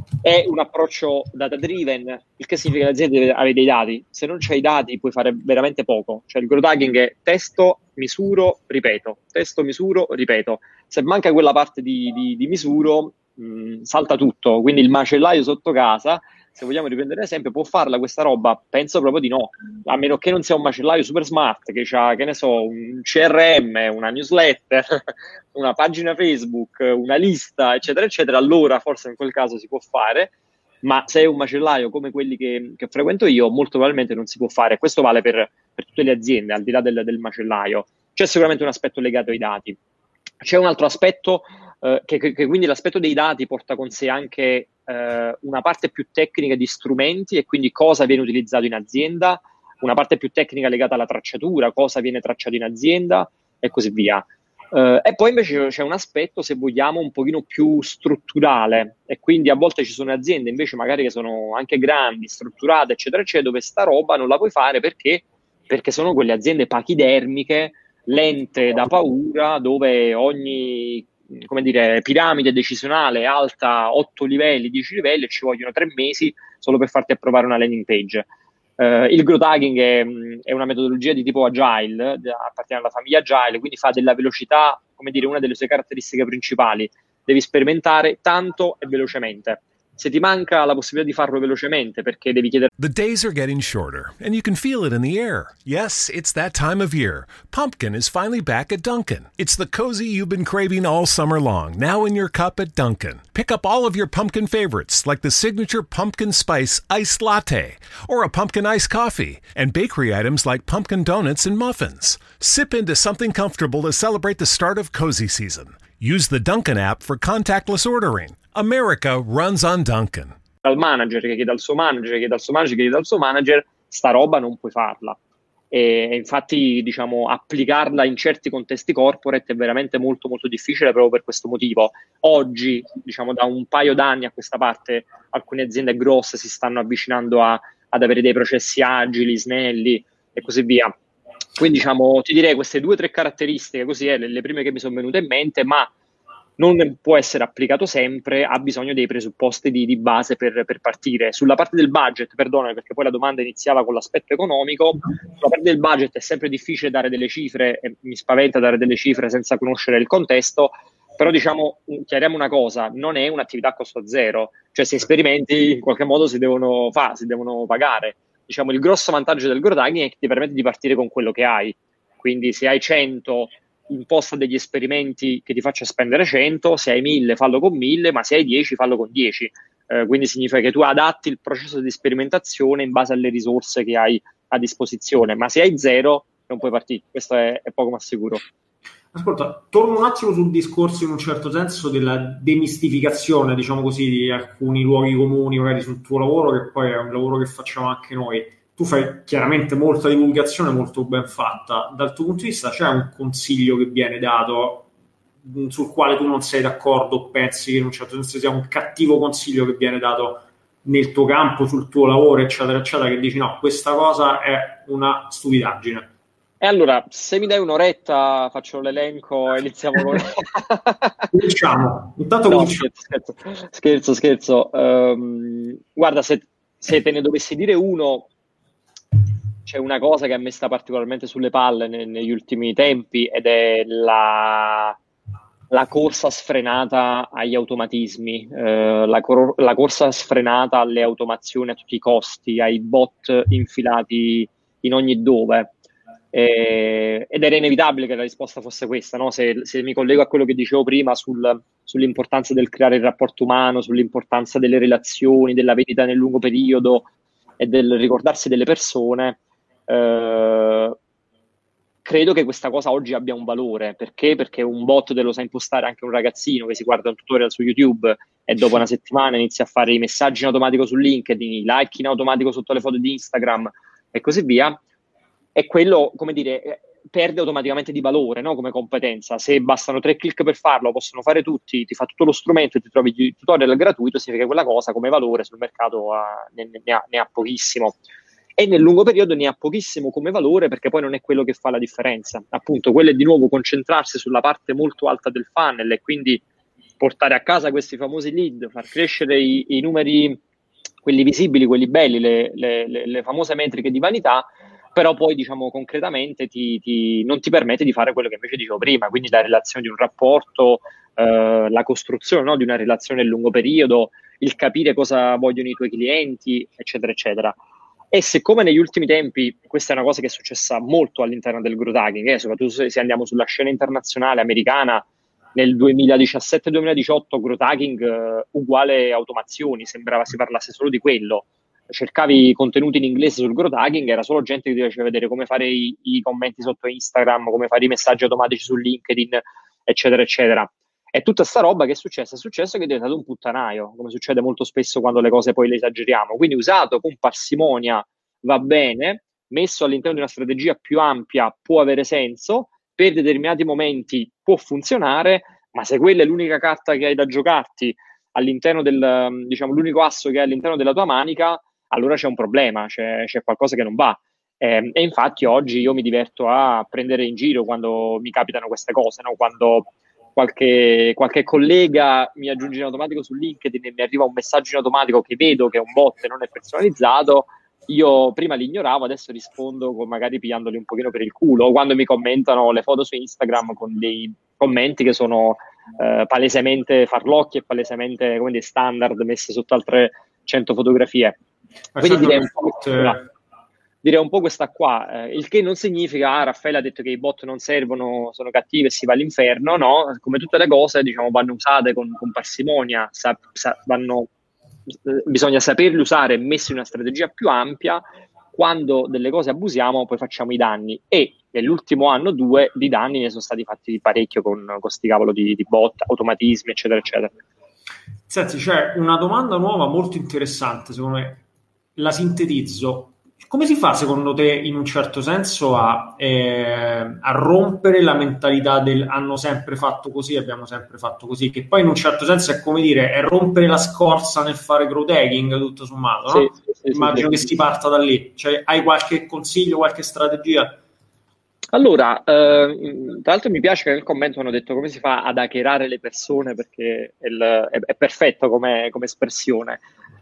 È un approccio data driven, il che significa che l'azienda deve avere dei dati. Se non c'hai i dati puoi fare veramente poco. Cioè il growth hacking è testo, misuro, ripeto, testo, misuro, ripeto. Se manca quella parte di misuro, salta tutto. Quindi il macellaio sotto casa, se vogliamo riprendere l'esempio, può farla questa roba? Penso proprio di no, a meno che non sia un macellaio super smart che ha, che ne so, un CRM, una newsletter, una pagina Facebook, una lista, eccetera, eccetera. Allora forse in quel caso si può fare, ma se è un macellaio come quelli che frequento io, molto probabilmente non si può fare. Questo vale per tutte le aziende, al di là del macellaio. C'è sicuramente un aspetto legato ai dati. C'è un altro aspetto che quindi l'aspetto dei dati porta con sé anche una parte più tecnica di strumenti e quindi cosa viene utilizzato in azienda, una parte più tecnica legata alla tracciatura, cosa viene tracciato in azienda e così via. E poi invece c'è un aspetto, se vogliamo, un pochino più strutturale, e quindi a volte ci sono aziende invece magari che sono anche grandi, strutturate, eccetera, eccetera, dove sta roba non la puoi fare perché sono quelle aziende pachidermiche, lente da paura, dove ogni, come dire, piramide decisionale alta 8 livelli, 10 livelli e ci vogliono 3 mesi solo per farti approvare una landing page. Il growth hacking è una metodologia di tipo agile, appartiene alla famiglia agile, quindi fa della velocità, come dire, una delle sue caratteristiche principali. Devi sperimentare tanto e velocemente. Se ti manca la possibilità di farlo velocemente perché devi chiedere... The days are getting shorter, and you can feel it in the air. Yes, it's that time of year. Pumpkin is finally back at Dunkin'. It's the cozy you've been craving all summer long, now in your cup at Dunkin'. Pick up all of your pumpkin favorites, like the signature pumpkin spice iced latte, or a pumpkin iced coffee, and bakery items like pumpkin donuts and muffins. Sip into something comfortable to celebrate the start of cozy season. Use the Dunkin' app for contactless ordering. America runs on Dunkin'. Al manager che chiede al suo manager, che chiede al suo manager, che chiede al suo manager, sta roba non puoi farla. E infatti, diciamo, applicarla in certi contesti corporate è veramente molto molto difficile proprio per questo motivo. Oggi, diciamo, da un paio d'anni a questa parte, alcune aziende grosse si stanno avvicinando ad avere dei processi agili, snelli e così via. Quindi, diciamo, ti direi queste 2 o 3 caratteristiche, così le prime che mi sono venute in mente, ma non può essere applicato sempre, ha bisogno dei presupposti di base per partire. Sulla parte del budget, perdonami perché poi la domanda iniziava con l'aspetto economico, sulla parte del budget è sempre difficile dare delle cifre, e mi spaventa dare delle cifre senza conoscere il contesto, però diciamo, chiariamo una cosa, non è un'attività a costo zero, cioè se esperimenti in qualche modo si devono pagare. Diciamo, il grosso vantaggio del growth hacking è che ti permette di partire con quello che hai, quindi se hai 100 imposta degli esperimenti che ti faccia spendere 100, se hai 1000 fallo con 1000, ma se hai 10 fallo con 10, quindi significa che tu adatti il processo di sperimentazione in base alle risorse che hai a disposizione, ma se hai 0 non puoi partire, questo è poco ma sicuro. Ascolta, torno un attimo sul discorso in un certo senso della demistificazione, diciamo così, di alcuni luoghi comuni, magari sul tuo lavoro, che poi è un lavoro che facciamo anche noi. Tu fai chiaramente molta divulgazione, molto ben fatta. Dal tuo punto di vista c'è un consiglio che viene dato sul quale tu non sei d'accordo o pensi che in un certo senso sia un cattivo consiglio che viene dato nel tuo campo, sul tuo lavoro, eccetera, eccetera, che dici no, questa cosa è una stupidaggine? E allora, se mi dai un'oretta, faccio l'elenco e iniziamo con... Cominciamo. Intanto no, cominciamo. Scherzo. Guarda, se te ne dovessi dire uno, c'è una cosa che a me sta particolarmente sulle palle negli ultimi tempi, ed è la corsa sfrenata agli automatismi, la corsa sfrenata alle automazioni a tutti i costi, ai bot infilati in ogni dove. Ed era inevitabile che la risposta fosse questa, no? Se mi collego a quello che dicevo prima sull'importanza del creare il rapporto umano, sull'importanza delle relazioni, della vendita nel lungo periodo e del ricordarsi delle persone, credo che questa cosa oggi abbia un valore. Perché un bot te lo sa impostare anche un ragazzino che si guarda un tutorial su YouTube e dopo una settimana inizia a fare i messaggi in automatico su LinkedIn, i like in automatico sotto le foto di Instagram e così via. E quello, come dire, perde automaticamente di valore, no? Come competenza. Se bastano 3 click per farlo, possono fare tutti, ti fa tutto lo strumento e ti trovi il tutorial gratuito, significa che quella cosa come valore sul mercato ne ha pochissimo. E nel lungo periodo ne ha pochissimo come valore, perché poi non è quello che fa la differenza. Appunto, quello è di nuovo concentrarsi sulla parte molto alta del funnel e quindi portare a casa questi famosi lead, far crescere i numeri, quelli visibili, quelli belli, le famose metriche di vanità, però poi diciamo concretamente non ti permette di fare quello che invece dicevo prima, quindi la relazione di un rapporto, la costruzione, no, di una relazione a lungo periodo, il capire cosa vogliono i tuoi clienti, eccetera, eccetera. E siccome negli ultimi tempi questa è una cosa che è successa molto all'interno del growth hacking, soprattutto se andiamo sulla scena internazionale americana, nel 2017-2018 growth hacking uguale automazioni, sembrava si parlasse solo di quello. Cercavi contenuti in inglese sul growth hacking, era solo gente che ti faceva vedere come fare i commenti sotto Instagram, come fare i messaggi automatici su LinkedIn, eccetera, eccetera. E tutta sta roba che è successa? È successo che è diventato un puttanaio, come succede molto spesso quando le cose poi le esageriamo. Quindi usato con parsimonia va bene, messo all'interno di una strategia più ampia può avere senso, per determinati momenti può funzionare, ma se quella è l'unica carta che hai da giocarti all'interno del, diciamo, l'unico asso che hai all'interno della tua manica, allora c'è un problema, c'è qualcosa che non va. E infatti oggi io mi diverto a prendere in giro quando mi capitano queste cose, no? Quando qualche collega mi aggiunge in automatico su LinkedIn e mi arriva un messaggio in automatico che vedo che è un bot e non è personalizzato, io prima li ignoravo, adesso rispondo magari pigliandoli un pochino per il culo, o quando mi commentano le foto su Instagram con dei commenti che sono palesemente farlocchi e palesemente come dei standard messe sotto altre 100 fotografie. Quindi direi un po' questa qua, il che non significa Raffaele ha detto che i bot non servono, sono cattivi e si va all'inferno, no? Come tutte le cose, diciamo, vanno usate con parsimonia, bisogna saperli usare messi in una strategia più ampia. Quando delle cose abusiamo poi facciamo i danni, e nell'ultimo anno o 2 di danni ne sono stati fatti parecchio con sti cavolo di bot, automatismi, eccetera, eccetera. Senti, c'è una domanda nuova molto interessante, secondo me, la sintetizzo. Come si fa secondo te in un certo senso a rompere la mentalità del hanno sempre fatto così, abbiamo sempre fatto così, che poi in un certo senso è come dire, è rompere la scorza nel fare growth hacking tutto sommato, no? Sì, immagino che si parta da lì. Cioè, hai qualche consiglio, qualche strategia? Allora, tra l'altro mi piace che nel commento hanno detto come si fa ad hackerare le persone, perché è perfetto come espressione.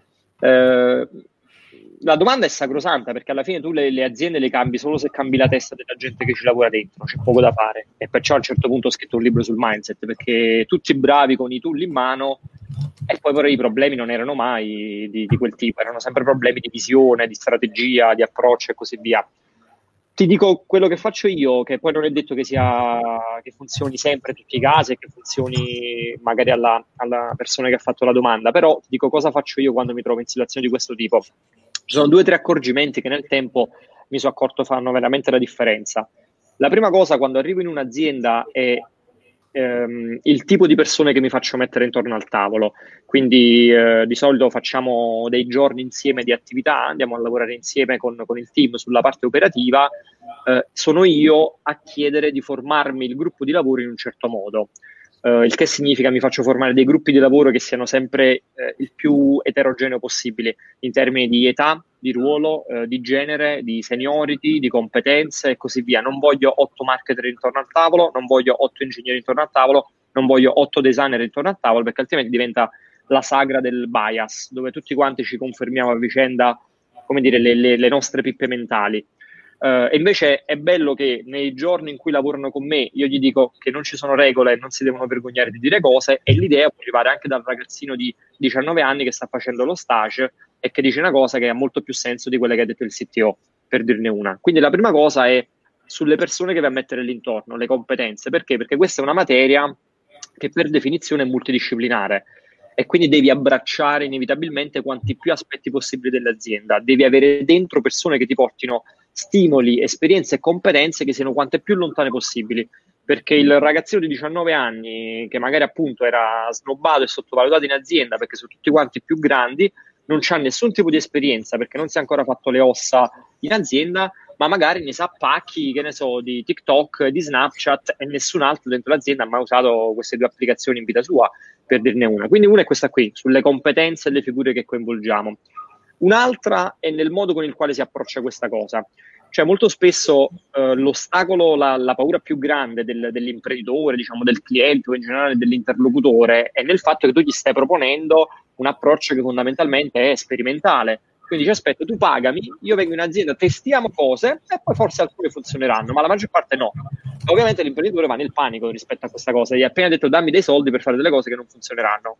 La domanda è sacrosanta, perché alla fine tu le aziende le cambi solo se cambi la testa della gente che ci lavora dentro, c'è poco da fare, e perciò a un certo punto ho scritto un libro sul mindset, perché tutti bravi con i tool in mano e poi però i problemi non erano mai di quel tipo, erano sempre problemi di visione, di strategia, di approccio e così via. Ti dico quello che faccio io, che poi non è detto che funzioni sempre in tutti i casi e che funzioni magari alla persona che ha fatto la domanda, però ti dico cosa faccio io quando mi trovo in situazioni di questo tipo. Ci sono 2 o 3 accorgimenti che nel tempo mi sono accorto fanno veramente la differenza. La prima cosa quando arrivo in un'azienda è il tipo di persone che mi faccio mettere intorno al tavolo. Quindi di solito facciamo dei giorni insieme di attività, andiamo a lavorare insieme con il team sulla parte operativa. Sono io a chiedere di formarmi il gruppo di lavoro in un certo modo. Il che significa mi faccio formare dei gruppi di lavoro che siano sempre il più eterogeneo possibile in termini di età, di ruolo, di genere, di seniority, di competenze e così via. Non voglio 8 marketer intorno al tavolo, non voglio 8 ingegneri intorno al tavolo, non voglio 8 designer intorno al tavolo, perché altrimenti diventa la sagra del bias, dove tutti quanti ci confermiamo a vicenda, come dire, le nostre pippe mentali. E invece è bello che nei giorni in cui lavorano con me io gli dico che non ci sono regole, non si devono vergognare di dire cose, e l'idea può arrivare anche dal ragazzino di 19 anni che sta facendo lo stage e che dice una cosa che ha molto più senso di quella che ha detto il CTO, per dirne una. Quindi la prima cosa è sulle persone che vai a mettere all'intorno, le competenze. Perché? Perché questa è una materia che per definizione è multidisciplinare e quindi devi abbracciare inevitabilmente quanti più aspetti possibili dell'azienda. Devi avere dentro persone che ti portino stimoli, esperienze e competenze che siano quante più lontane possibili, perché il ragazzino di 19 anni che magari appunto era snobbato e sottovalutato in azienda perché sono tutti quanti più grandi, non c'ha nessun tipo di esperienza perché non si è ancora fatto le ossa in azienda, ma magari ne sa pacchi, che ne so, di TikTok, di Snapchat, e nessun altro dentro l'azienda ha mai usato queste due applicazioni in vita sua, per dirne una. Quindi una è questa qui, sulle competenze e le figure che coinvolgiamo. Un'altra è nel modo con il quale si approccia questa cosa. Cioè molto spesso l'ostacolo, la paura più grande dell'imprenditore, diciamo del cliente o in generale dell'interlocutore, è nel fatto che tu gli stai proponendo un approccio che fondamentalmente è sperimentale. Quindi dici, aspetta, tu pagami, io vengo in azienda, testiamo cose e poi forse alcune funzioneranno, ma la maggior parte no. Ovviamente l'imprenditore va nel panico rispetto a questa cosa, gli ha appena detto dammi dei soldi per fare delle cose che non funzioneranno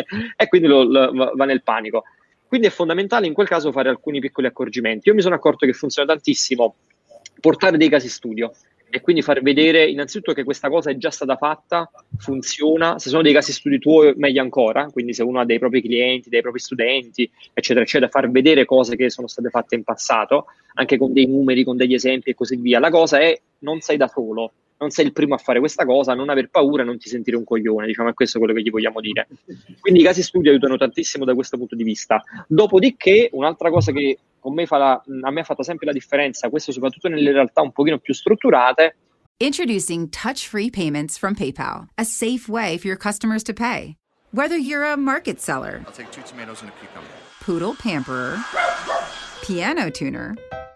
e quindi va nel panico. Quindi è fondamentale in quel caso fare alcuni piccoli accorgimenti. Io mi sono accorto che funziona tantissimo portare dei casi studio e quindi far vedere innanzitutto che questa cosa è già stata fatta, funziona. Se sono dei casi studi tuoi, meglio ancora, quindi se uno ha dei propri clienti, dei propri studenti, eccetera, eccetera, far vedere cose che sono state fatte in passato, anche con dei numeri, con degli esempi e così via. La cosa è non sei da solo, non sei il primo a fare questa cosa, non aver paura, non ti sentire un coglione, diciamo, è questo quello che gli vogliamo dire. Quindi i casi studio aiutano tantissimo da questo punto di vista. Dopodiché, un'altra cosa che con me a me ha fatto sempre la differenza, questo soprattutto nelle realtà un pochino più strutturate. Introducing touch-free payments from PayPal, a safe way for your customers to pay. Whether you're a market seller, I'll take 2 tomatoes and a cucumber, poodle pamperer, piano tuner,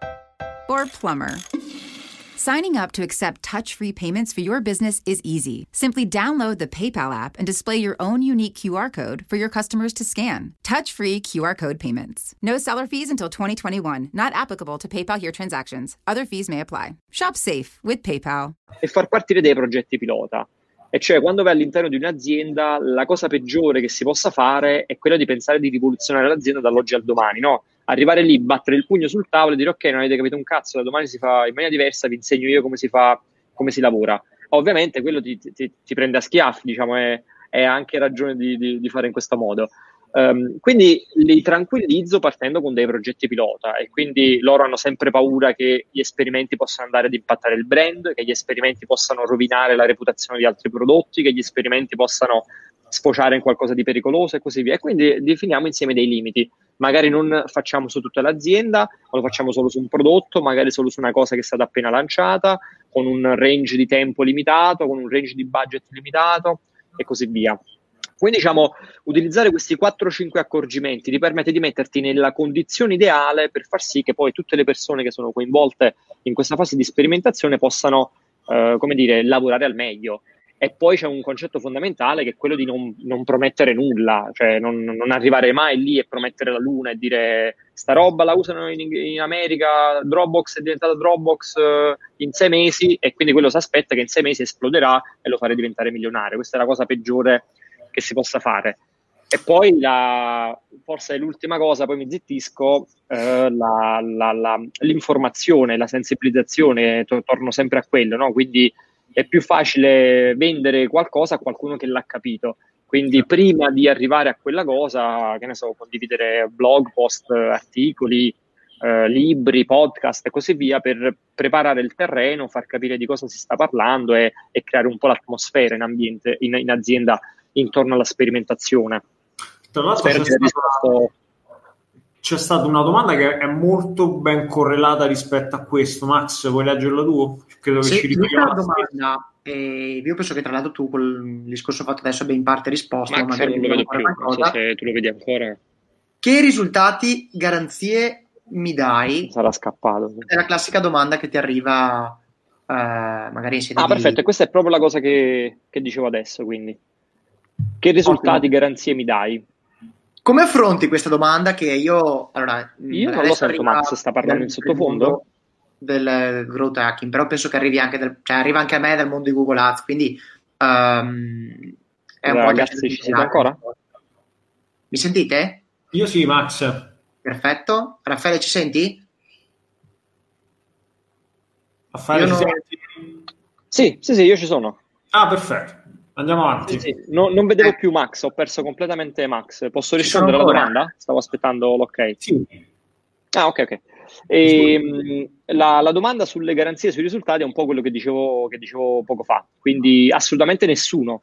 or plumber. Signing up to accept touch-free payments for your business is easy. Simply download the PayPal app and display your own unique QR code for your customers to scan. Touch-free QR code payments. No seller fees until 2021. Not applicable to PayPal here transactions. Other fees may apply. Shop safe with PayPal. E far partire dei progetti pilota. E cioè, quando vai all'interno di un'azienda, la cosa peggiore che si possa fare è quella di pensare di rivoluzionare l'azienda dall'oggi al domani, no? Arrivare lì, battere il pugno sul tavolo e dire ok, non avete capito un cazzo, da domani si fa in maniera diversa, vi insegno io come si fa, come si lavora. Ovviamente quello ti prende a schiaffi, diciamo, è anche ragione di fare in questo modo. Quindi li tranquillizzo partendo con dei progetti pilota, e quindi loro hanno sempre paura che gli esperimenti possano andare ad impattare il brand, che gli esperimenti possano rovinare la reputazione di altri prodotti, che gli esperimenti possano sfociare in qualcosa di pericoloso e così via. E quindi definiamo insieme dei limiti. Magari non facciamo su tutta l'azienda, o lo facciamo solo su un prodotto, magari solo su una cosa che è stata appena lanciata, con un range di tempo limitato, con un range di budget limitato e così via. Quindi diciamo, utilizzare questi 4-5 accorgimenti ti permette di metterti nella condizione ideale per far sì che poi tutte le persone che sono coinvolte in questa fase di sperimentazione possano, come dire, lavorare al meglio. E poi c'è un concetto fondamentale che è quello di non promettere nulla, cioè non arrivare mai lì e promettere la luna e dire sta roba la usano in America, Dropbox è diventata Dropbox in 6 mesi, e quindi quello si aspetta che in 6 mesi esploderà e lo farà diventare milionario. Questa è la cosa peggiore che si possa fare. E poi forse l'ultima cosa, poi mi zittisco, l'informazione, la sensibilizzazione, torno sempre a quello, no? Quindi è più facile vendere qualcosa a qualcuno che l'ha capito. Quindi prima di arrivare a quella cosa, che ne so, condividere blog, post, articoli, libri, podcast e così via, per preparare il terreno, far capire di cosa si sta parlando e creare un po' l'atmosfera in ambiente, in azienda intorno alla sperimentazione. Tra l'altro c'è stata una domanda che è molto ben correlata rispetto a questo. Max, vuoi leggerla tu? Credo che ci riferiamo alla domanda. Io penso che tra l'altro tu col discorso fatto adesso abbia in parte risposto. Max, magari non lo vedo più, non so se tu lo vedi ancora. Che risultati, garanzie mi dai? Sarà scappato. È la classica domanda che ti arriva magari in sede di... perfetto, e questa è proprio la cosa che dicevo adesso, quindi. Che risultati, garanzie mi dai? Come affronti questa domanda che io... Allora, io non lo sento, Max, sta parlando in sottofondo? Del growth hacking, però penso che arrivi anche arriva anche a me dal mondo di Google Ads, quindi è un po'... Ragazzi, ci siete ancora? Mi sentite? Io sì, Max. Perfetto. Raffaele, ci senti? Raffaele, Sì, io ci sono. Ah, perfetto. Andiamo avanti. Sì. Non vedevo più Max, ho perso completamente Max. Posso rispondere alla domanda? Stavo aspettando l'ok. Sì. Ah, ok. La domanda sulle garanzie e sui risultati è un po' quello che dicevo poco fa. Quindi assolutamente nessuno.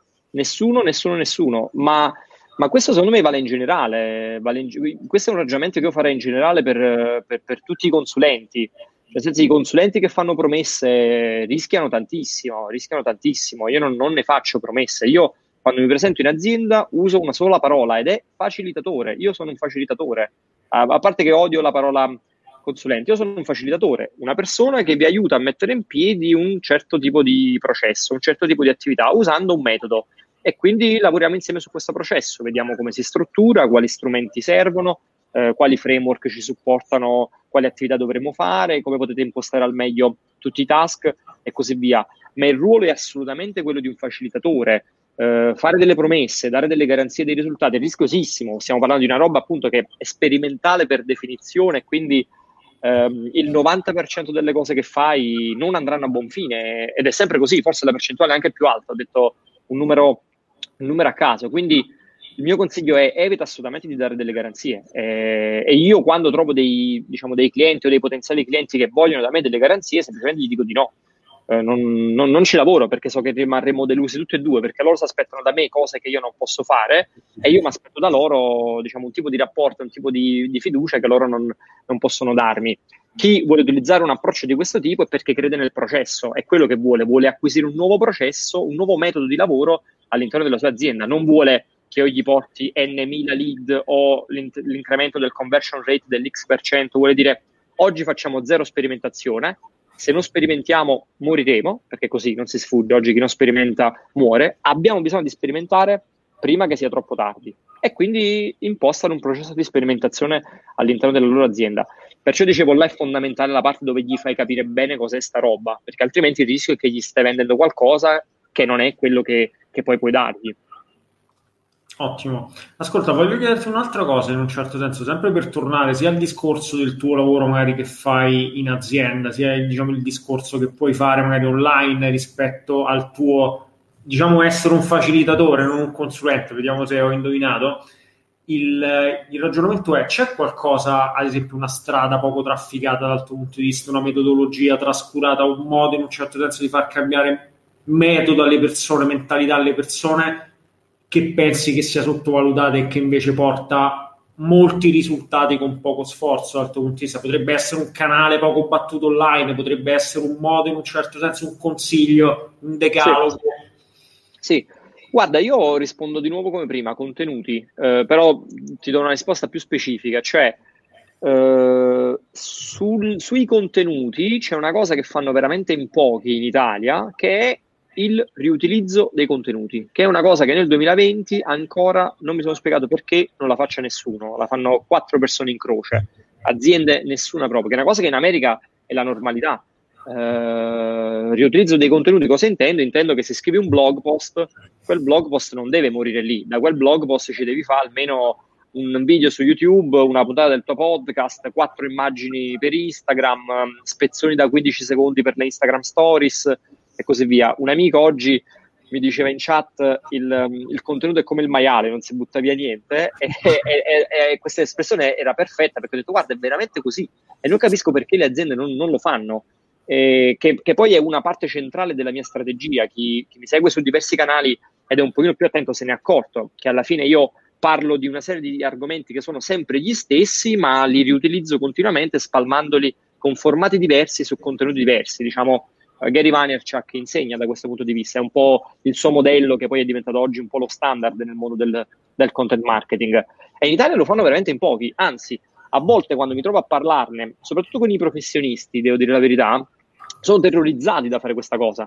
Ma questo secondo me vale in generale. Questo è un ragionamento che io farei in generale per tutti i consulenti. Nel senso, i consulenti che fanno promesse rischiano tantissimo. Io non ne faccio promesse. Io, quando mi presento in azienda, uso una sola parola ed è facilitatore. Io sono un facilitatore. A parte che odio la parola consulente, io sono un facilitatore, una persona che vi aiuta a mettere in piedi un certo tipo di processo, un certo tipo di attività, usando un metodo. E quindi lavoriamo insieme su questo processo, vediamo come si struttura, quali strumenti servono, quali framework ci supportano, quali attività dovremo fare, come potete impostare al meglio tutti i task e così via. Ma il ruolo è assolutamente quello di un facilitatore. Fare delle promesse, dare delle garanzie dei risultati è rischiosissimo. Stiamo parlando di una roba appunto che è sperimentale per definizione, quindi il 90% delle cose che fai non andranno a buon fine, ed è sempre così, forse la percentuale è anche più alta, ho detto un numero a caso. Quindi il mio consiglio è: evita assolutamente di dare delle garanzie, e io quando trovo dei clienti o dei potenziali clienti che vogliono da me delle garanzie, semplicemente gli dico di no. Non ci lavoro, perché so che rimarremo delusi tutti e due, perché loro si aspettano da me cose che io non posso fare e io mi aspetto da loro un tipo di rapporto, un tipo di fiducia che loro non possono darmi. Chi vuole utilizzare un approccio di questo tipo è perché crede nel processo, è quello che vuole acquisire un nuovo processo, un nuovo metodo di lavoro all'interno della sua azienda. Non vuole che io gli porti n.000 lead o l'incremento del conversion rate dell'X%, vuole dire: oggi facciamo zero sperimentazione, se non sperimentiamo moriremo, perché così non si sfugge, oggi chi non sperimenta muore, abbiamo bisogno di sperimentare prima che sia troppo tardi, e quindi impostano un processo di sperimentazione all'interno della loro azienda. Perciò dicevo, là è fondamentale la parte dove gli fai capire bene cos'è sta roba, perché altrimenti il rischio è che gli stai vendendo qualcosa che non è quello che poi puoi dargli. Ottimo. Ascolta, voglio chiederti un'altra cosa, in un certo senso, sempre per tornare sia al discorso del tuo lavoro magari che fai in azienda, sia il discorso che puoi fare magari online rispetto al tuo, essere un facilitatore, non un consulente. Vediamo se ho indovinato. Il ragionamento è: c'è qualcosa, ad esempio una strada poco trafficata dal tuo punto di vista, una metodologia trascurata, un modo in un certo senso di far cambiare metodo alle persone, mentalità alle persone, che pensi che sia sottovalutata e che invece porta molti risultati con poco sforzo dal tuo punto di vista? Potrebbe essere un canale poco battuto online, potrebbe essere un modo, in un certo senso, un consiglio, un decalogo. Sì. Guarda, io rispondo di nuovo come prima, contenuti, però ti do una risposta più specifica, cioè sui contenuti c'è una cosa che fanno veramente in pochi in Italia, che è il riutilizzo dei contenuti, che è una cosa che nel 2020 ancora non mi sono spiegato perché non la faccia nessuno, la fanno 4 persone in croce, aziende nessuna proprio, che è una cosa che in America è la normalità. Riutilizzo dei contenuti, cosa intendo? Intendo che se scrivi un blog post, quel blog post non deve morire lì, da quel blog post ci devi fare almeno un video su YouTube, una puntata del tuo podcast, 4 immagini per Instagram, spezzoni da 15 secondi per le Instagram Stories e così via. Un amico oggi mi diceva in chat il contenuto è come il maiale, non si butta via niente, e questa espressione era perfetta, perché ho detto guarda, è veramente così, e non capisco perché le aziende non lo fanno, che poi è una parte centrale della mia strategia. Chi mi segue su diversi canali ed è un pochino più attento se ne è accorto che alla fine io parlo di una serie di argomenti che sono sempre gli stessi, ma li riutilizzo continuamente spalmandoli con formati diversi su contenuti diversi. Diciamo, Gary Vaynerchuk insegna da questo punto di vista, è un po' il suo modello che poi è diventato oggi un po' lo standard nel mondo del content marketing, e in Italia lo fanno veramente in pochi, anzi a volte quando mi trovo a parlarne, soprattutto con i professionisti, devo dire la verità, sono terrorizzati da fare questa cosa.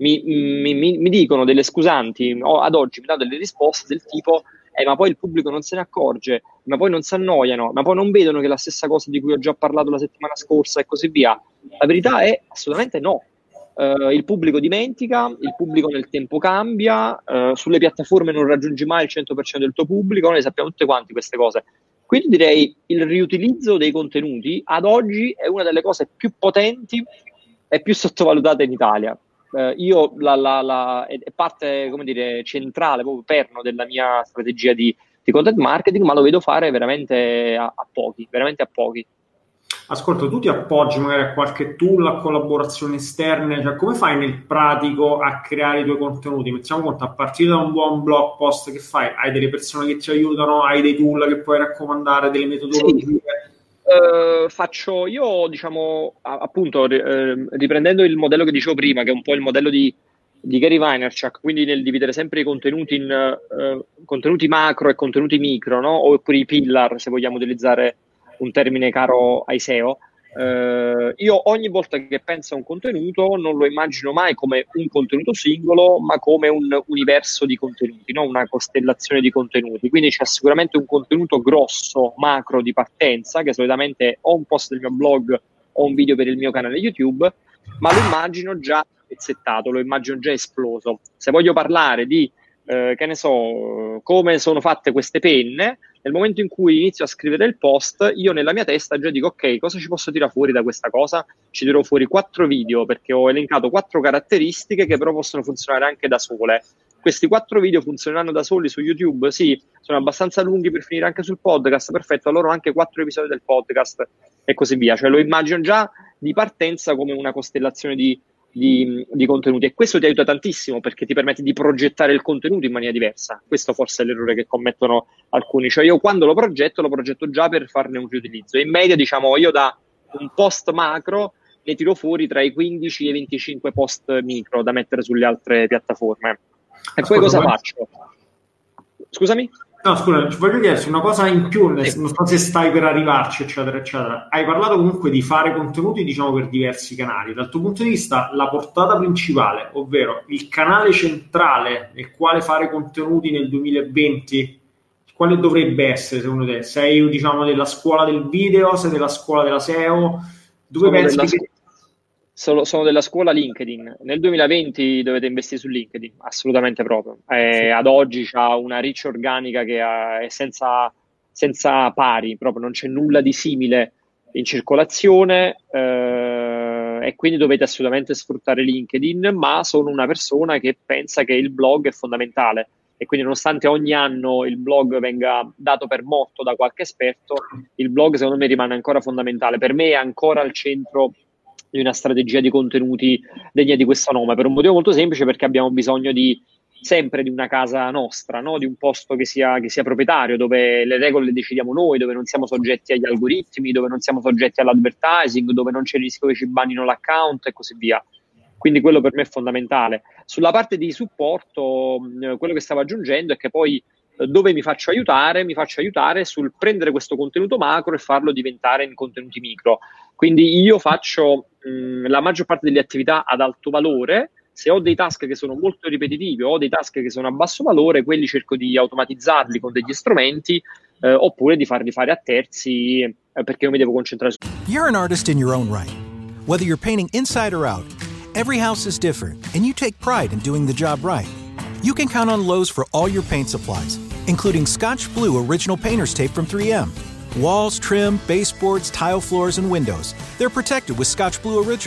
Mi dicono delle scusanti, ad oggi mi danno delle risposte del tipo ma poi il pubblico non se ne accorge, ma poi non si annoiano, ma poi non vedono che è la stessa cosa di cui ho già parlato la settimana scorsa e così via. La verità è assolutamente no. Il pubblico dimentica, il pubblico nel tempo cambia, sulle piattaforme non raggiungi mai il 100% del tuo pubblico, noi sappiamo tutte quante queste cose. Quindi direi il riutilizzo dei contenuti ad oggi è una delle cose più potenti e più sottovalutate in Italia. Io è parte, come dire, centrale, proprio perno della mia strategia di content marketing, ma lo vedo fare veramente a pochi, veramente a pochi. Ascolta, tu ti appoggi magari a qualche tool, a collaborazioni esterne, cioè come fai nel pratico a creare i tuoi contenuti? Mettiamo conto, a partire da un buon blog post, che fai? Hai delle persone che ti aiutano, hai dei tool che puoi raccomandare, delle metodologie? Sì. Faccio io, diciamo, appunto, riprendendo il modello che dicevo prima, che è un po' il modello di Gary Vaynerchuk, quindi nel dividere sempre i contenuti in contenuti macro e contenuti micro, no? Oppure i pillar, se vogliamo utilizzare un termine caro ai SEO. Io ogni volta che penso a un contenuto non lo immagino mai come un contenuto singolo, ma come un universo di contenuti, no? Una costellazione di contenuti. Quindi c'è sicuramente un contenuto grosso, macro di partenza, che solitamente o un post del mio blog o un video per il mio canale YouTube, ma lo immagino già pezzettato, lo immagino già esploso. Se voglio parlare di che ne so, come sono fatte queste penne, nel momento in cui inizio a scrivere il post, io nella mia testa già dico ok, cosa ci posso tirare fuori da questa cosa? Ci tirerò fuori 4 video, perché ho elencato 4 caratteristiche che però possono funzionare anche da sole. Questi 4 video funzioneranno da soli su YouTube? Sì, sono abbastanza lunghi per finire anche sul podcast, perfetto, allora anche 4 episodi del podcast e così via. Cioè lo immagino già di partenza come una costellazione di contenuti, e questo ti aiuta tantissimo perché ti permette di progettare il contenuto in maniera diversa. Questo forse è l'errore che commettono alcuni, cioè io quando lo progetto già per farne un riutilizzo, e in media, diciamo, io da un post macro ne tiro fuori tra i 15 e i 25 post micro da mettere sulle altre piattaforme. E poi cosa faccio? Scusami? No, scusa, voglio chiederti una cosa in più, non so se stai per arrivarci, eccetera, eccetera. Hai parlato comunque di fare contenuti, diciamo, per diversi canali. Dal tuo punto di vista, la portata principale, ovvero il canale centrale nel quale fare contenuti nel 2020, quale dovrebbe essere secondo te? Sei, diciamo, della scuola del video, sei della scuola della SEO? Dove pensi che... Sono della scuola LinkedIn. Nel 2020 dovete investire su LinkedIn, assolutamente proprio. Ad oggi c'ha una reach organica che è senza pari, proprio non c'è nulla di simile in circolazione, e quindi dovete assolutamente sfruttare LinkedIn, ma sono una persona che pensa che il blog è fondamentale, e quindi nonostante ogni anno il blog venga dato per morto da qualche esperto, il blog secondo me rimane ancora fondamentale. Per me è ancora al centro di una strategia di contenuti degna di questo nome, per un motivo molto semplice, perché abbiamo bisogno sempre di una casa nostra, no? Di un posto che sia proprietario, dove le regole le decidiamo noi, dove non siamo soggetti agli algoritmi, dove non siamo soggetti all'advertising, dove non c'è il rischio che ci bannino l'account e così via. Quindi quello per me è fondamentale. Sulla parte di supporto, quello che stavo aggiungendo è che poi dove mi faccio aiutare sul prendere questo contenuto macro e farlo diventare in contenuti micro. Quindi io faccio la maggior parte delle attività ad alto valore. Se ho dei task che sono molto ripetitivi o ho dei task che sono a basso valore, quelli cerco di automatizzarli con degli strumenti, oppure di farli fare a terzi, perché io mi devo concentrare su... You're an artist in your own right. Whether you're painting inside or out, every house is different, and you take pride in doing the job right. You can count on Lowe's for all your paint supplies, including Scotch Blue Original Painter's Tape from 3M. Walls, trim, baseboards, tile floors, and windows. They're protected with Scotch Blue Original.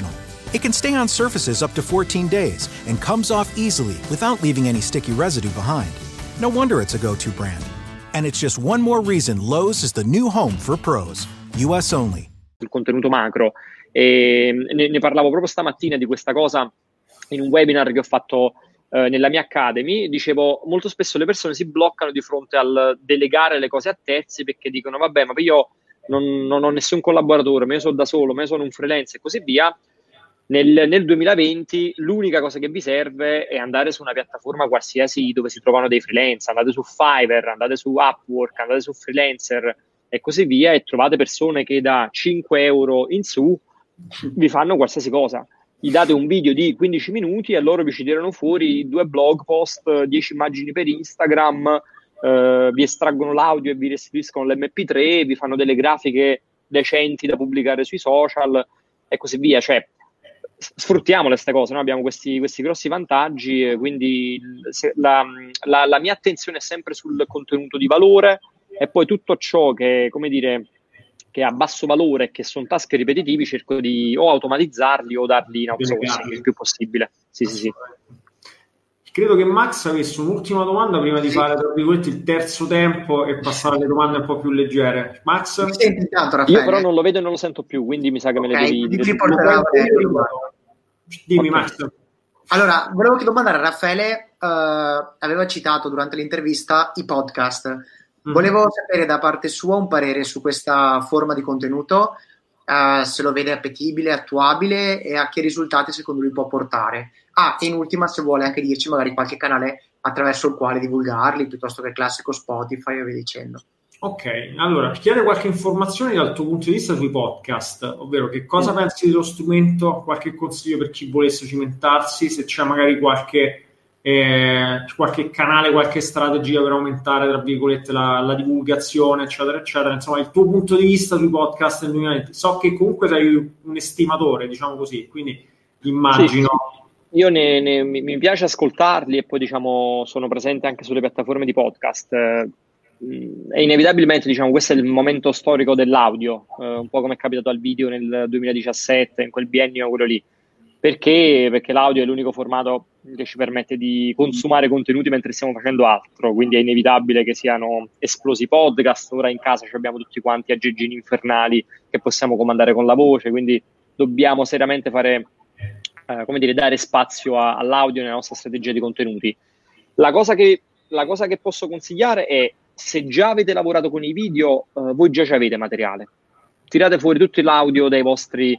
It can stay on surfaces up to 14 days and comes off easily without leaving any sticky residue behind. No wonder it's a go-to brand. And it's just one more reason Lowe's is the new home for pros. US only. Il contenuto macro. E ne parlavo proprio stamattina di questa cosa in un webinar che ho fatto nella mia Academy. Dicevo, molto spesso le persone si bloccano di fronte al delegare le cose a terzi perché dicono vabbè, ma io non ho nessun collaboratore, ma io sono da solo, ma io sono un freelance e così via. Nel 2020 l'unica cosa che vi serve è andare su una piattaforma qualsiasi dove si trovano dei freelance, andate su Fiverr, andate su Upwork, andate su Freelancer e così via e trovate persone che da 5 euro in su vi fanno qualsiasi cosa. Gli date un video di 15 minuti e loro vi ci tirano fuori 2 blog post, 10 immagini per Instagram, vi estraggono l'audio e vi restituiscono l'MP3, vi fanno delle grafiche decenti da pubblicare sui social e così via. Cioè, sfruttiamole queste cose, noi abbiamo questi grossi vantaggi, quindi la mia attenzione è sempre sul contenuto di valore e poi tutto ciò che, come dire, che ha basso valore e che sono task ripetitivi cerco di o automatizzarli o darli in outsourcing il più possibile. Sì. Credo che Max avesse un'ultima domanda prima di fare, tra virgolette, il terzo tempo e passare alle domande un po' più leggere. Max? Mi senti intanto, Raffaele? Io però non lo vedo e non lo sento più, quindi mi sa che me le devi dire. Dimmi, okay. Max. Allora, volevo domandare a Raffaele, aveva citato durante l'intervista i podcast. Volevo sapere da parte sua un parere su questa forma di contenuto, se lo vede appetibile, attuabile e a che risultati secondo lui può portare. E in ultima, se vuole anche dirci magari qualche canale attraverso il quale divulgarli, piuttosto che il classico Spotify e via dicendo. Ok, allora, chiede qualche informazione dal tuo punto di vista sui podcast, ovvero che cosa pensi dello strumento, qualche consiglio per chi volesse cimentarsi, se c'è magari qualche canale, qualche strategia per aumentare, tra virgolette, la divulgazione, eccetera, eccetera. Insomma, il tuo punto di vista sui podcast nel 2020. So che comunque sei un estimatore, diciamo così, quindi immagino... Sì. Io mi piace ascoltarli e poi diciamo sono presente anche sulle piattaforme di podcast e inevitabilmente diciamo questo è il momento storico dell'audio, un po' come è capitato al video nel 2017, in quel biennio quello lì, perché l'audio è l'unico formato che ci permette di consumare contenuti mentre stiamo facendo altro, quindi è inevitabile che siano esplosi podcast. Ora in casa abbiamo tutti quanti aggeggini infernali che possiamo comandare con la voce, quindi dobbiamo seriamente fare dare spazio all'audio nella nostra strategia di contenuti. La cosa che posso consigliare è, se già avete lavorato con i video, voi già ci avete materiale. Tirate fuori tutto l'audio dai vostri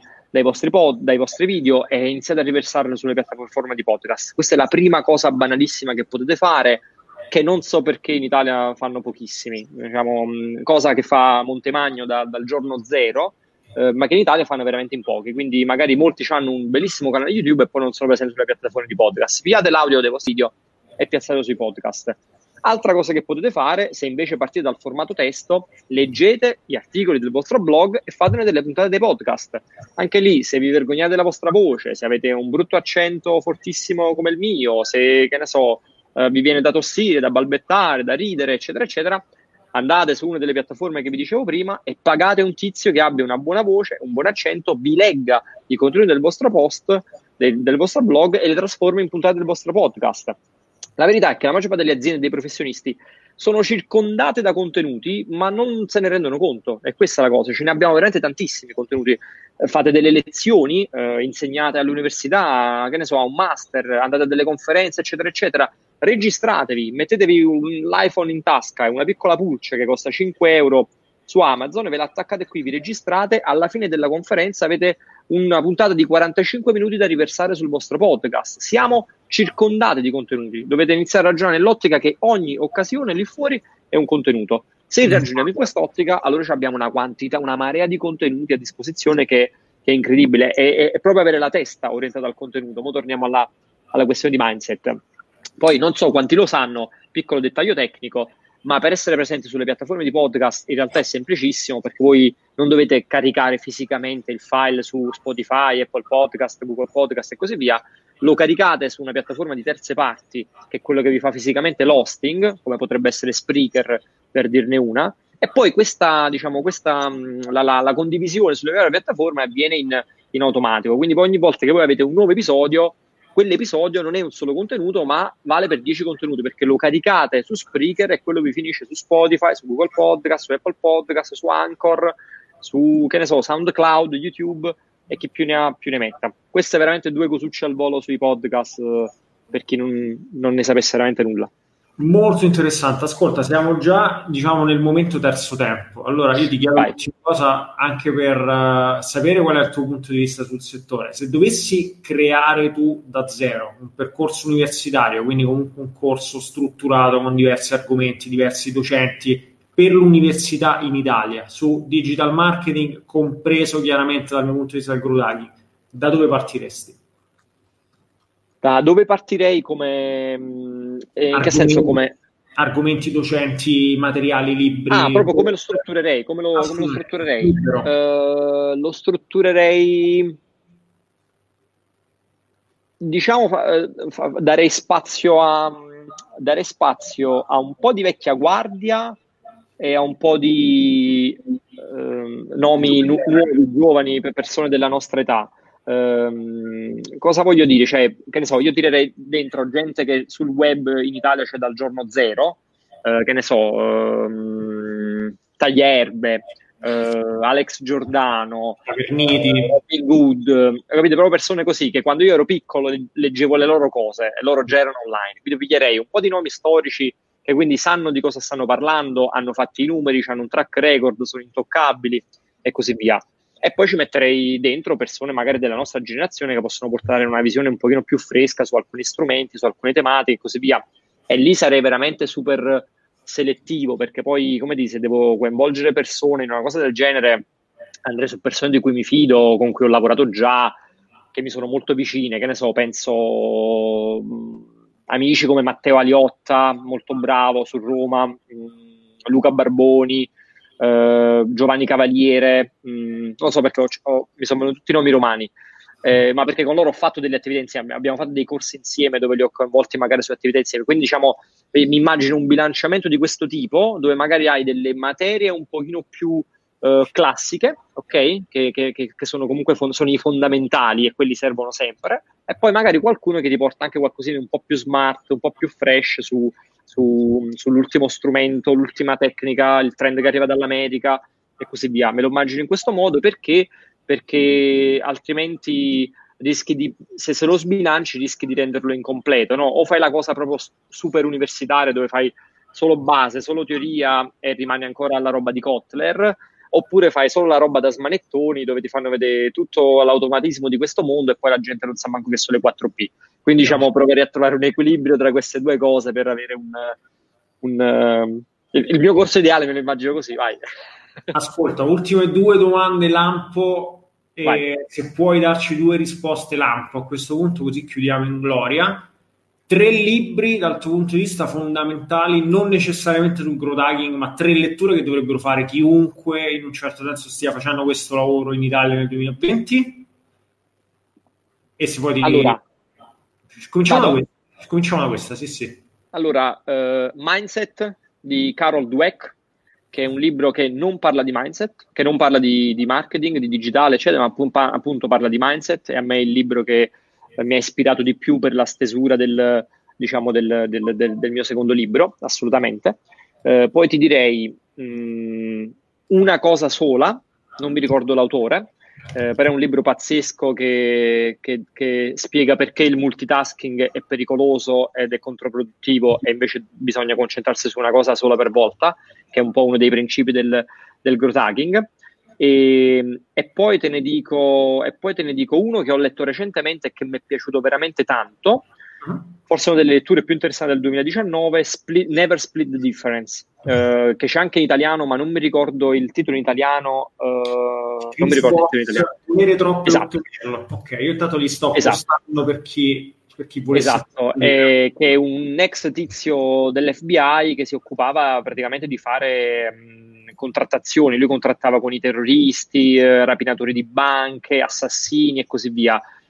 video e iniziate a riversarlo sulle piattaforme di podcast. Questa è la prima cosa banalissima che potete fare, che non so perché in Italia fanno pochissimi. Diciamo, cosa che fa Montemagno dal giorno zero, ma che in Italia fanno veramente in pochi, quindi magari molti hanno un bellissimo canale YouTube e poi non sono presenti sulle piattaforme di podcast. Pigliate l'audio dei vostri video e piazzatelo sui podcast. Altra cosa che potete fare, se invece partite dal formato testo, leggete gli articoli del vostro blog e fatene delle puntate dei podcast. Anche lì, se vi vergognate della vostra voce, se avete un brutto accento fortissimo come il mio, se, che ne so, vi viene da tossire, da balbettare, da ridere, eccetera, eccetera, andate su una delle piattaforme che vi dicevo prima e pagate un tizio che abbia una buona voce, un buon accento, vi legga i contenuti del vostro post, del vostro blog e le trasformi in puntate del vostro podcast. La verità è che la maggior parte delle aziende e dei professionisti sono circondate da contenuti, ma non se ne rendono conto. E questa è la cosa, ce ne abbiamo veramente tantissimi contenuti. Fate delle lezioni, insegnate all'università, che ne so, a un master, andate a delle conferenze, eccetera, eccetera. Registratevi, mettetevi l'iPhone in tasca e una piccola pulce che costa 5 euro su Amazon, ve la attaccate qui, vi registrate, alla fine della conferenza avete una puntata di 45 minuti da riversare sul vostro podcast. Siamo circondati di contenuti, dovete iniziare a ragionare nell'ottica che ogni occasione lì fuori è un contenuto. Se ragioniamo in quest'ottica, allora abbiamo una quantità, una marea di contenuti a disposizione che è incredibile, è proprio avere la testa orientata al contenuto. Ora torniamo alla questione di mindset. Poi non so quanti lo sanno, piccolo dettaglio tecnico, ma per essere presenti sulle piattaforme di podcast in realtà è semplicissimo, perché voi non dovete caricare fisicamente il file su Spotify, Apple Podcast, Google Podcast e così via, lo caricate su una piattaforma di terze parti, che è quello che vi fa fisicamente l'hosting, come potrebbe essere Spreaker per dirne una, E poi questa la condivisione sulle varie piattaforme avviene in automatico, quindi poi ogni volta che voi avete un nuovo episodio, quell'episodio non è un solo contenuto, ma vale per 10 contenuti, perché lo caricate su Spreaker e quello vi finisce su Spotify, su Google Podcast, su Apple Podcast, su Anchor, su, che ne so, SoundCloud, YouTube, e chi più ne ha più ne metta. Queste veramente 2 cosucce al volo sui podcast, per chi non ne sapesse veramente nulla. Molto interessante. Ascolta, siamo già, diciamo, nel momento terzo tempo. Allora io ti chiedo una cosa anche per sapere qual è il tuo punto di vista sul settore. Se dovessi creare tu da zero un percorso universitario, quindi comunque un corso strutturato con diversi argomenti, diversi docenti per l'università in Italia su digital marketing, compreso chiaramente dal mio punto di vista il growth hacking, da dove partiresti? Da dove partirei come... in che senso? Come argomenti, docenti, materiali, libri? Proprio come lo strutturerei? Come lo strutturerei? Lo strutturerei, diciamo, darei spazio a un po' di vecchia guardia e a un po' di nomi nuovi, giovani, per persone della nostra età. Cosa voglio dire? Cioè, che ne so, io tirerei dentro gente che sul web in Italia c'è dal giorno zero, che ne so, Taglierbe, Alex Giordano, Robin Good, capite? Proprio persone così che quando io ero piccolo leggevo le loro cose e loro già erano online. Quindi piglierei un po' di nomi storici che quindi sanno di cosa stanno parlando, hanno fatto i numeri, hanno un track record, sono intoccabili e così via. E poi ci metterei dentro persone magari della nostra generazione che possono portare una visione un pochino più fresca su alcuni strumenti, su alcune tematiche e così via. E lì sarei veramente super selettivo, perché poi, come dici, se devo coinvolgere persone in una cosa del genere, andrei su persone di cui mi fido, con cui ho lavorato già, che mi sono molto vicine, che ne so, penso amici come Matteo Aliotta, molto bravo su Roma, Luca Barboni, Giovanni Cavaliere, non lo so perché mi sono venuti tutti i nomi romani, ma perché con loro ho fatto delle attività insieme, abbiamo fatto dei corsi insieme dove li ho coinvolti magari su attività insieme, quindi diciamo mi immagino un bilanciamento di questo tipo dove magari hai delle materie un pochino più classiche, ok? Che sono comunque sono i fondamentali e quelli servono sempre, e poi magari qualcuno che ti porta anche qualcosina un po' più smart, un po' più fresh sull'ultimo strumento, l'ultima tecnica, il trend che arriva dall'America e così via. Me lo immagino in questo modo perché altrimenti rischi di, se lo sbilanci, rischi di renderlo incompleto, no? O fai la cosa proprio super universitaria dove fai solo base, solo teoria e rimani ancora alla roba di Kotler, oppure fai solo la roba da smanettoni dove ti fanno vedere tutto l'automatismo di questo mondo e poi la gente non sa manco che sono le 4P. Quindi diciamo proverei a trovare un equilibrio tra queste due cose per avere il mio corso ideale, me lo immagino così, vai. Ascolta, ultime 2 domande lampo, se puoi darci 2 risposte lampo a questo punto, così chiudiamo in gloria. 3 libri dal tuo punto di vista fondamentali, non necessariamente sul growth hacking, ma 3 letture che dovrebbero fare chiunque in un certo senso stia facendo questo lavoro in Italia nel 2020. E se puoi dire... Allora, cominciamo da questa, sì. Allora, Mindset di Carol Dweck, che è un libro che non parla di mindset, che non parla di marketing, di digitale, eccetera, ma appunto parla di mindset, e a me è il libro che mi ha ispirato di più per la stesura del mio secondo libro, assolutamente. Poi ti direi una cosa sola, non mi ricordo l'autore, però è un libro pazzesco che spiega perché il multitasking è pericoloso ed è controproduttivo e invece bisogna concentrarsi su una cosa sola per volta, che è un po' uno dei principi del growth hacking. E poi te ne dico uno che ho letto recentemente e che mi è piaciuto veramente tanto, forse una delle letture più interessanti del 2019, Never Split the Difference, che c'è anche in italiano, ma non mi ricordo il titolo in italiano. Non mi ricordo il titolo in italiano. Esatto. Ok, io intanto li sto postando per chi volesse. Esatto, che è un ex tizio dell'FBI che si occupava praticamente di fare contrattazioni. Lui contrattava con i terroristi, rapinatori di banche, assassini e così via.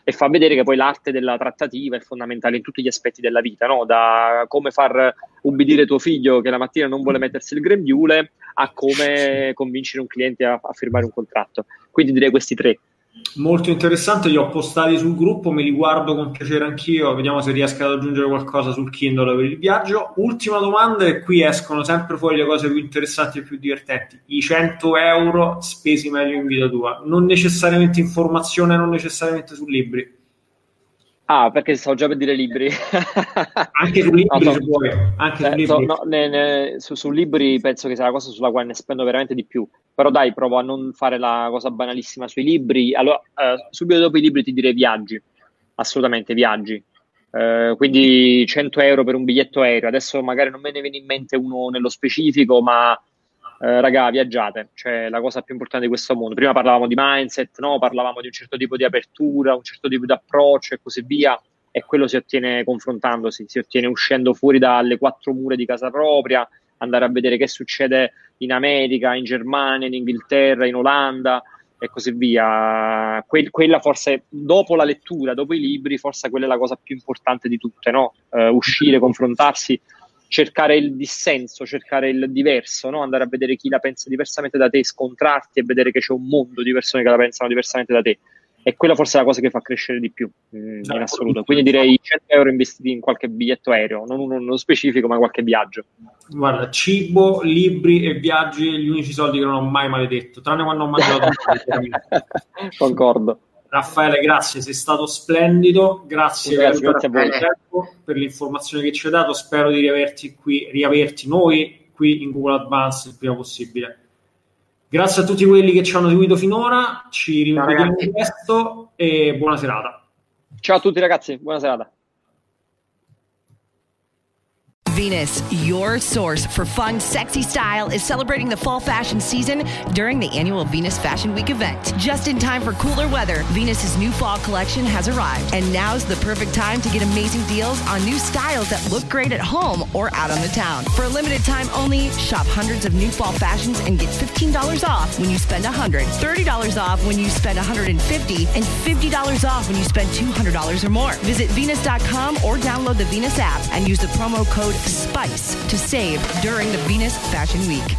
e fa vedere che poi l'arte della trattativa è fondamentale in tutti gli aspetti della vita, no? Da come far ubbidire tuo figlio che la mattina non vuole mettersi il grembiule a come convincere un cliente a firmare un contratto. Quindi direi questi 3. Molto interessante, li ho postati sul gruppo, me li guardo con piacere anch'io, vediamo se riesco ad aggiungere qualcosa sul Kindle per il viaggio. Ultima domanda, e qui escono sempre fuori le cose più interessanti e più divertenti. I 100 euro spesi meglio in vita tua, non necessariamente informazione, non necessariamente su libri. Ah, perché stavo già per dire libri. Anche su libri, se vuoi. Anche su libri. Su libri penso che sia la cosa sulla quale ne spendo veramente di più. Però dai, provo a non fare la cosa banalissima sui libri. Allora, subito dopo i libri ti direi viaggi. Assolutamente viaggi. Quindi 100 euro per un biglietto aereo. Adesso magari non me ne viene in mente uno nello specifico, ma raga, viaggiate. Cioè, la cosa più importante di questo mondo. Prima parlavamo di mindset, no? Parlavamo di un certo tipo di apertura, un certo tipo di approccio e così via. E quello si ottiene confrontandosi, si ottiene uscendo fuori dalle 4 mura di casa propria, andare a vedere che succede in America, in Germania, in Inghilterra, in Olanda e così via. Quella forse, dopo la lettura, dopo i libri, forse quella è la cosa più importante di tutte, no? Uscire, confrontarsi, cercare il dissenso, cercare il diverso, no? Andare a vedere chi la pensa diversamente da te, scontrarti e vedere che c'è un mondo di persone che la pensano diversamente da te. E quella forse è la cosa che fa crescere di più in assoluto. Quindi direi 100 euro investiti in qualche biglietto aereo, non uno nello specifico, ma qualche viaggio. Guarda, cibo, libri e viaggi, gli unici soldi che non ho mai maledetto, tranne quando ho mangiato. Concordo. Raffaele, grazie, sei stato splendido, grazie per il tempo, per l'informazione che ci hai dato. Spero di riaverti noi qui in Google Advance il prima possibile. Grazie a tutti quelli che ci hanno seguito finora, ci rivediamo presto e buona serata. Ciao a tutti ragazzi, buona serata. Venus, your source for fun, sexy style, is celebrating the fall fashion season during the annual Venus Fashion Week event. Just in time for cooler weather, Venus's new fall collection has arrived, and now's the perfect time to get amazing deals on new styles that look great at home or out on the town. For a limited time only, shop hundreds of new fall fashions and get $15 off when you spend $100, $30 off when you spend $150, and $50 off when you spend $200 or more. Visit Venus.com or download the Venus app and use the promo code SPICE to save during the Venus Fashion Week.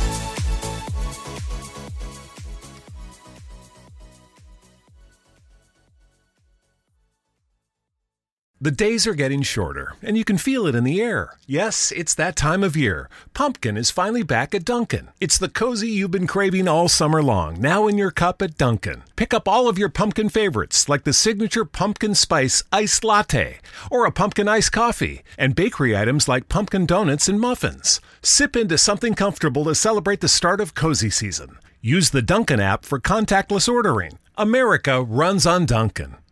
The days are getting shorter, and you can feel it in the air. Yes, it's that time of year. Pumpkin is finally back at Dunkin'. It's the cozy you've been craving all summer long, now in your cup at Dunkin'. Pick up all of your pumpkin favorites, like the signature pumpkin spice iced latte, or a pumpkin iced coffee, and bakery items like pumpkin donuts and muffins. Sip into something comfortable to celebrate the start of cozy season. Use the Dunkin' app for contactless ordering. America runs on Dunkin'.